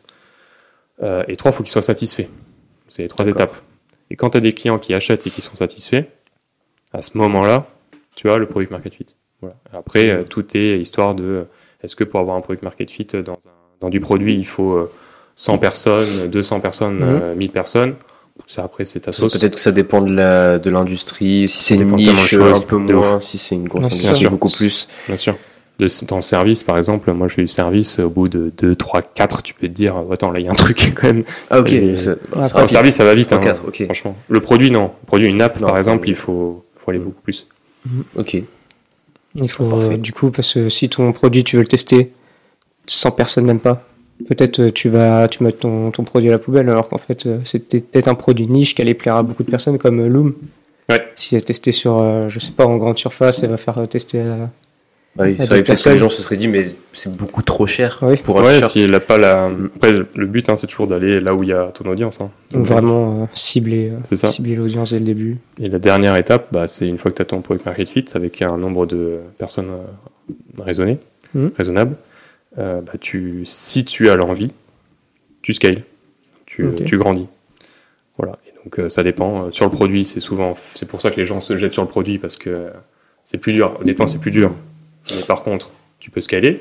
Et 3, il faut qu'il soit satisfait. C'est les 3 étapes. Et quand tu as des clients qui achètent et qui sont satisfaits, à ce moment-là, tu as le product market fit. Voilà. Après, tout est histoire de est-ce que pour avoir un product market fit dans du produit, il faut 100 personnes, 200 personnes, 1000 personnes. Ça, après, c'est ta sauce. Peut-être que ça dépend de l'industrie. Si c'est une niche, un peu moins. Si c'est une grosse industrie, beaucoup plus. Bien sûr. Dans le service, par exemple, moi je fais du service, au bout de 2, 3, 4, tu peux te dire, attends, là il y a un truc quand même. Ah ok. Dans le service, ça va vite, 3, 4, okay. Franchement. Le produit, non. Le produit, une app, par exemple, il faut aller beaucoup plus. Ok. Il faut, du coup, parce que si ton produit, tu veux le tester, 100 personnes n'aiment pas, peut-être tu vas mettre ton produit à la poubelle, alors qu'en fait, c'est peut-être un produit niche qui allait plaire à beaucoup de personnes, comme Loom. Si elle est testée sur, je sais pas, en grande surface, elle va faire tester à... Oui, c'est vrai, peut-être que les gens se seraient dit, mais c'est beaucoup trop cher pour un shirt. Si elle n'a pas Après, le but, c'est toujours d'aller là où il y a ton audience. Donc vraiment cibler l'audience dès le début. Et la dernière étape, c'est une fois que tu as ton product market fit, avec un nombre de personnes raisonnable, si tu as l'envie, tu scales, tu grandis. Voilà. Et donc, ça dépend. Sur le produit, c'est pour ça que les gens se jettent sur le produit, parce que c'est plus dur. Honnêtement, c'est plus dur. Mais par contre, tu peux scaler.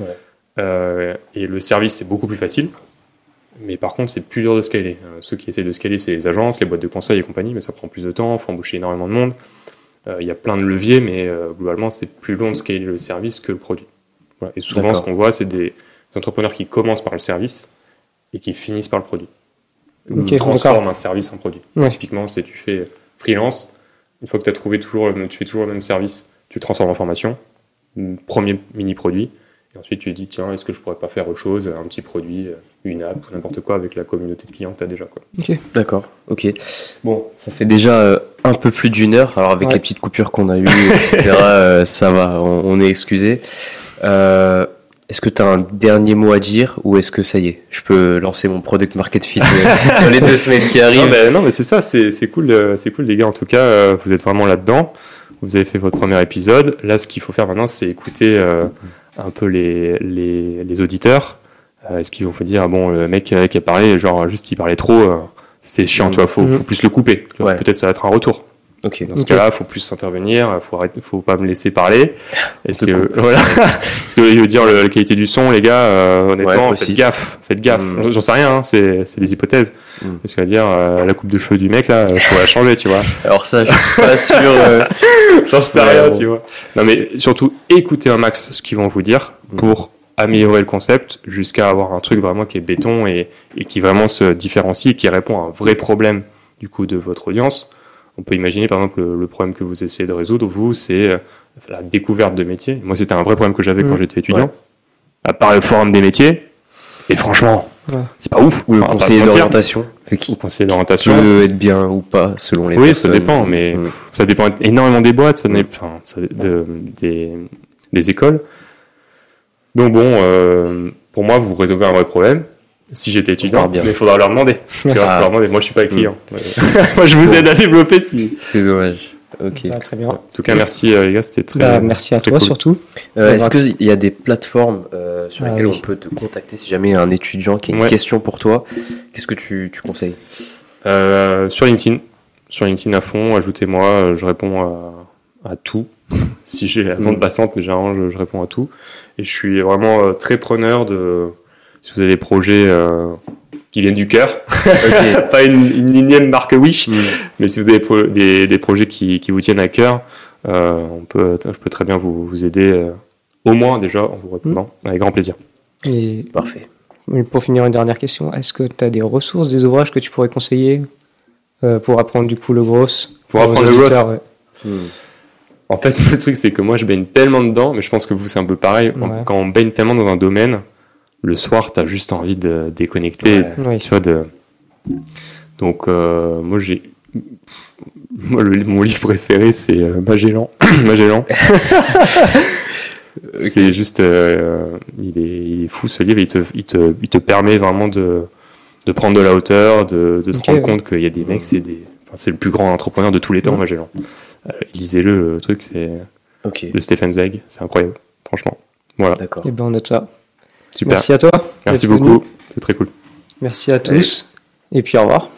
Et le service, c'est beaucoup plus facile. Mais par contre, c'est plus dur de scaler. Ceux qui essaient de scaler, c'est les agences, les boîtes de conseil et compagnie, mais ça prend plus de temps, il faut embaucher énormément de monde. Il y a plein de leviers, mais globalement, c'est plus long de scaler le service que le produit. Voilà. Et souvent, ce qu'on voit, c'est des entrepreneurs qui commencent par le service et qui finissent par le produit. Ils transforment un service en produit. Typiquement, tu fais freelance, une fois que tu fais toujours le même service, tu le transformes en formation. Premier mini-produit, et ensuite tu te dis, tiens, est-ce que je pourrais pas faire autre chose, un petit produit, une app, ou n'importe quoi avec la communauté de clients que tu as déjà, quoi. Ok, d'accord, ok. Bon, ça fait déjà un peu plus d'1 heure, alors avec les petites coupures qu'on a eues, etc., ça va, on est excusé. Est-ce que tu as un dernier mot à dire ou est-ce que ça y est, je peux lancer mon product market fit dans les 2 semaines qui arrivent? Non, mais c'est ça, c'est cool, les gars. En tout cas, vous êtes vraiment là-dedans. Vous avez fait votre premier épisode. Là, ce qu'il faut faire maintenant, c'est écouter un peu les auditeurs. Est-ce qu'ils vont vous dire, bon, le mec qui a parlé, genre juste il parlait trop, c'est chiant, tu vois, faut plus le couper. Tu vois, peut-être ça va être un retour. Ok. Dans ce cas-là, faut plus intervenir, faut pas me laisser parler. Parce que je veux dire, la qualité du son, les gars, honnêtement, faites gaffe. J'en sais rien, hein, c'est des hypothèses. Parce que dire, la coupe de cheveux du mec, là, faut la changer, tu vois. Alors ça, je suis pas sûr. J'en sais rien, tu vois. Non, mais surtout, écoutez un max ce qu'ils vont vous dire pour améliorer le concept jusqu'à avoir un truc vraiment qui est béton et qui vraiment se différencie et qui répond à un vrai problème, du coup, de votre audience. On peut imaginer, par exemple, le problème que vous essayez de résoudre, vous, c'est la découverte de métiers. Moi, c'était un vrai problème que j'avais quand j'étais étudiant. À part le forum des métiers, et franchement, c'est pas ouf. Ou le conseiller d'orientation. Ou conseiller d'orientation. Peut être bien ou pas, selon les personnes. Oui, ça dépend, mais ça dépend énormément des boîtes, des écoles. Donc bon, pour moi, vous résolvez un vrai problème. Si j'étais étudiant, mais il faudra leur demander. Leur demander. Moi, je suis pas le client. Moi, je vous aide à développer. C'est dommage. Ok. Très bien. En tout cas, merci les gars, c'était très. Merci à toi cool. surtout. Est-ce qu'il y a des plateformes sur lesquelles on peut te contacter si jamais il y a un étudiant qui a une question pour toi? Qu'est-ce que tu conseilles? Sur LinkedIn. Sur LinkedIn à fond, ajoutez-moi, je réponds à tout. Si j'ai la bande passante, mais généralement, je réponds à tout. Et je suis vraiment très preneur de. Si vous avez des projets qui viennent du cœur, pas une énième marque Wish, mais si vous avez des projets qui vous tiennent à cœur, je peux très bien vous aider, au moins déjà en vous répondant, avec grand plaisir. Et parfait. Pour finir, une dernière question, est-ce que tu as des ressources, des ouvrages que tu pourrais conseiller pour apprendre du coup le gros? Pour apprendre le gros En fait, le truc, c'est que moi, je baigne tellement dedans, mais je pense que vous, c'est un peu pareil. Quand on baigne tellement dans un domaine, le soir, t'as juste envie de déconnecter, tu vois. Donc, moi, mon livre préféré, c'est Magellan. Magellan. C'est juste, il est fou ce livre. Il te permet vraiment de prendre de la hauteur, de te rendre compte qu'il y a des mecs, c'est le plus grand entrepreneur de tous les temps, Magellan. Lisez-le, le truc, c'est de Stefan Zweig, c'est incroyable, franchement. Voilà. D'accord. Et ben on note ça. Super. Merci à toi. Merci beaucoup, c'est très cool. Merci à tous, et puis au revoir.